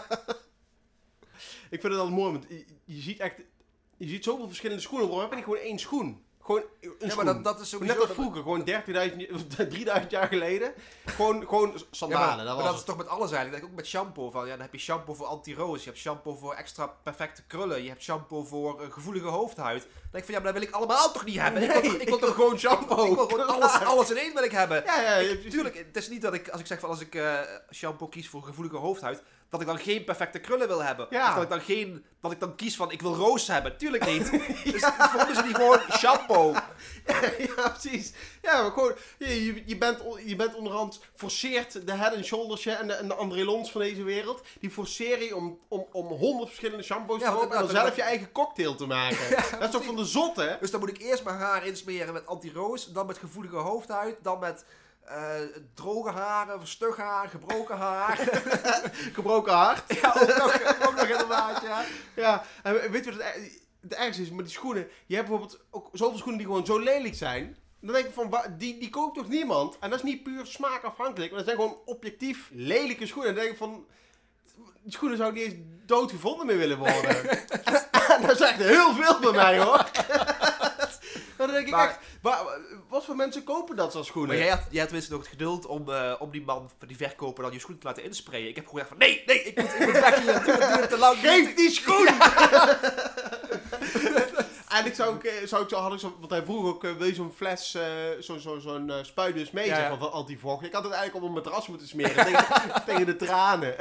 S1: Ik vind het altijd mooi, want je, je ziet echt, je ziet zoveel verschillende schoenen. Waarom heb je niet gewoon één schoen? Gewoon een
S2: Ja,
S1: schoen.
S2: maar dat, dat is sowieso...
S1: Net als
S2: dat-
S1: vroeger, gewoon dertigduizend, of drieduizend jaar geleden. Gewoon, gewoon
S2: Ja,
S1: sandalen,
S2: maar,
S1: dat
S2: maar
S1: was
S2: dat
S1: het.
S2: is toch met alles eigenlijk. Denk ook met shampoo. Van, ja, dan heb je shampoo voor anti-roos. Je hebt shampoo voor extra perfecte krullen. Je hebt shampoo voor uh, gevoelige hoofdhuid. Dan denk ik van ja, maar dat wil ik allemaal toch niet hebben. ik wil,
S1: Nee,
S2: toch- ik wil
S1: ik wil
S2: toch
S1: gewoon shampoo.
S2: Ik wil gewoon alles, alles in één wil ik hebben.
S1: Ja, ja, je
S2: Ik-
S1: hebt-
S2: tuurlijk, het is niet dat ik, als ik zeg van als ik uh, shampoo kies voor gevoelige hoofdhuid, dat ik dan geen perfecte krullen wil hebben.
S1: Ja.
S2: Of dat ik dan geen, dat ik dan kies van ik wil roos hebben. Tuurlijk niet. Dus waarom is het niet gewoon shampoo?
S1: ja, precies. Ja, maar gewoon, je, je, je, bent, on- je bent onderhand, forceert de Head and Shoulders en de, en de André Lons van deze wereld, die forceren je om, om, om honderd verschillende shampoos
S2: Ja,
S1: te
S2: want
S1: kopen en dan
S2: dat-
S1: zelf je eigen cocktail te maken. Dat is toch van de zot, hè?
S2: Dus dan moet ik eerst mijn haar insmeren met anti-roos, dan met gevoelige hoofdhuid, dan met Uh, droge haren, stug haar, gebroken haar.
S1: Gebroken hart.
S2: Ja, ook nog, ook nog inderdaad, ja.
S1: Ja, en weet je wat het, het ergste is met die schoenen? Je hebt bijvoorbeeld ook zoveel schoenen die gewoon zo lelijk zijn. Dan denk ik van, die, die koopt toch niemand? En dat is niet puur smaakafhankelijk. Maar dat zijn gewoon objectief lelijke schoenen. Dan denk ik van, die schoenen zou niet eens doodgevonden meer willen worden. En dat is echt heel veel bij mij, hoor. Dan denk ik maar, echt, waar, wat voor mensen kopen dat soort schoenen?
S2: Maar jij had, jij had tenminste nog het geduld om, uh, om die man, die verkoper, dan je schoenen te laten insprayen. Ik heb gewoon echt van, nee, nee, ik moet, ik moet weg hier, het duurt te lang.
S1: Geef die schoen! Ja. En ik zou ook, zou ik zo, had ik zo, want hij vroeg ook, uh, wil je zo'n fles, uh, zo'n zo, zo'n uh, spuitbus mee, ja, zeg maar, van antivocht. Ik had het eigenlijk op een matras moeten smeren, tegen, tegen de tranen.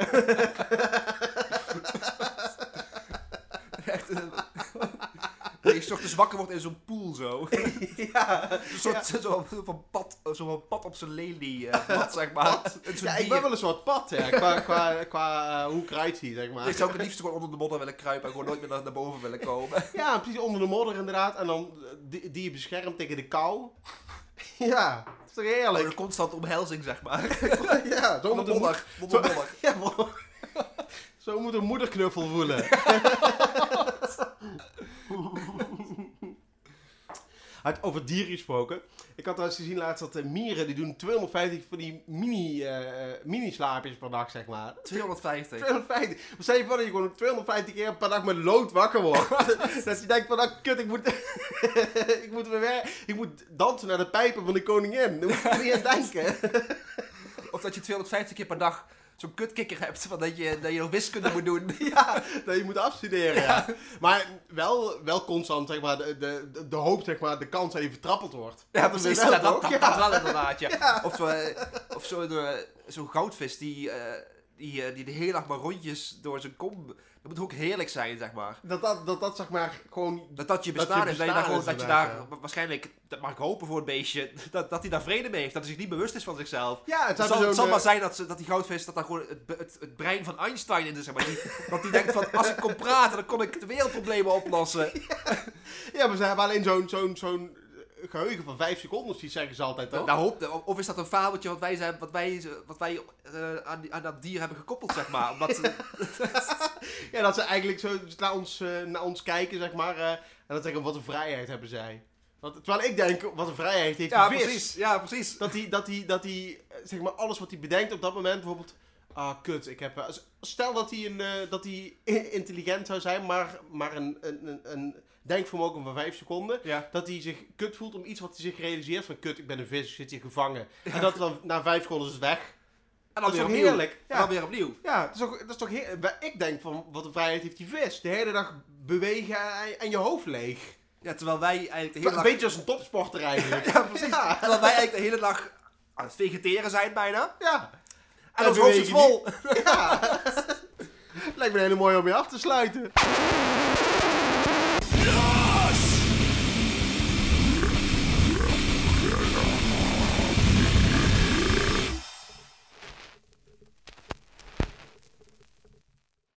S2: Echt, uh, je s ochtends wakker wordt in zo'n pool zo.
S1: Ja.
S2: Een soort ja. zo van pad, zo van pad op zijn lelie, uh, pad, zeg maar.
S1: Ja, ik ben wel een soort pad, ja, qua, qua, qua uh, hoe kruid zie, zeg maar.
S2: Ik zou ook het liefst gewoon onder de modder willen kruipen en gewoon nooit meer naar, naar boven willen komen.
S1: Ja, precies, onder de modder inderdaad. En dan die, die je beschermt tegen de kou. Ja, dat is toch heerlijk.
S2: Oh, een constante omhelzing, zeg maar.
S1: Ja, zo moet een
S2: modder. Zo, modder.
S1: Ja, zo moet een moederknuffel voelen. Over dieren gesproken. Ik had al eens gezien laatst dat de mieren, die doen tweehonderdvijftig van die mini, uh, mini slaapjes per dag, zeg maar.
S2: tweehonderdvijftig?
S1: tweehonderdvijftig. Wat zei je van dat je gewoon tweehonderdvijftig keer per dag met lood wakker wordt? Dat je denkt van, nou kut, ik moet, ik moet weer weg. Ik moet dansen naar de pijpen van de koningin. Daar moet je niet aan denken.
S2: Of dat je tweehonderdvijftig keer per dag zo'n kutkikker hebt, van dat je, dat je nog wiskunde moet doen.
S1: Ja, dat je moet afstuderen, ja. ja. Maar wel, wel constant, zeg maar, de, de, de hoop, zeg maar, de kans dat je vertrappeld wordt.
S2: Ja, precies.
S1: Dat,
S2: ja, dat, dat,
S1: ja.
S2: dat wel inderdaad, ja.
S1: Ja.
S2: Of, uh, of zo'n uh, zo goudvis die, uh, die, uh, die de hele dag maar rondjes door zijn kom... Dat moet ook heerlijk zijn, zeg maar.
S1: Dat dat, dat, dat zeg maar, gewoon...
S2: Dat dat je bestaan dat je is, dat je daar gewoon, dat je daar ja. waarschijnlijk, dat mag ik hopen voor het beestje, dat, dat hij daar vrede mee heeft, dat hij zich niet bewust is van zichzelf.
S1: Ja, het,
S2: het zal, het zal maar zijn dat, dat die goudvis, dat daar gewoon het, het, het brein van Einstein in is, zeg maar. Die, dat hij denkt van, als ik kon praten, dan kon ik de wereldproblemen oplossen.
S1: Ja, ja, maar ze hebben alleen zo'n, zo'n, zo'n geheugen van vijf seconden, die zeggen ze altijd, toch?
S2: Nou, hoop, of is dat een fabeltje wat wij, zijn, wat wij, wat wij uh, aan, aan dat dier hebben gekoppeld, zeg maar. Omdat,
S1: ja, dat ze eigenlijk zo naar ons, uh, naar ons kijken, zeg maar. Uh, en dan zeggen, wat een vrijheid hebben zij. Want, terwijl ik denk, wat een vrijheid heeft
S2: ja,
S1: die vis.
S2: Precies, ja, precies.
S1: Dat hij, dat hij, dat hij, zeg maar, alles wat hij bedenkt op dat moment, bijvoorbeeld... Ah, kut, ik heb... Uh, stel dat hij, een, uh, dat hij intelligent zou zijn, maar, maar een... een, een, een denkvermogen van vijf seconden.
S2: Ja. Dat
S1: hij zich kut voelt om iets wat hij zich realiseert. Van kut, ik ben een vis, ik zit hier gevangen. Ja. En dat dan na vijf seconden is het weg.
S2: En dan
S1: dat
S2: weer
S1: is toch
S2: opnieuw.
S1: heerlijk. Ja.
S2: En dan weer opnieuw.
S1: Ja, dat is toch, dat is toch heerlijk. Ik denk van, wat een vrijheid heeft die vis. De hele dag bewegen en je hoofd leeg.
S2: Ja, terwijl wij eigenlijk de hele
S1: Een
S2: dag...
S1: Een beetje als een topsporter eigenlijk.
S2: Ja, precies. Ja. Terwijl wij eigenlijk de hele dag aan het vegeteren zijn bijna.
S1: Ja.
S2: En, en ons hoofd is vol.
S1: Ja. Lijkt me een hele mooie om je af te sluiten.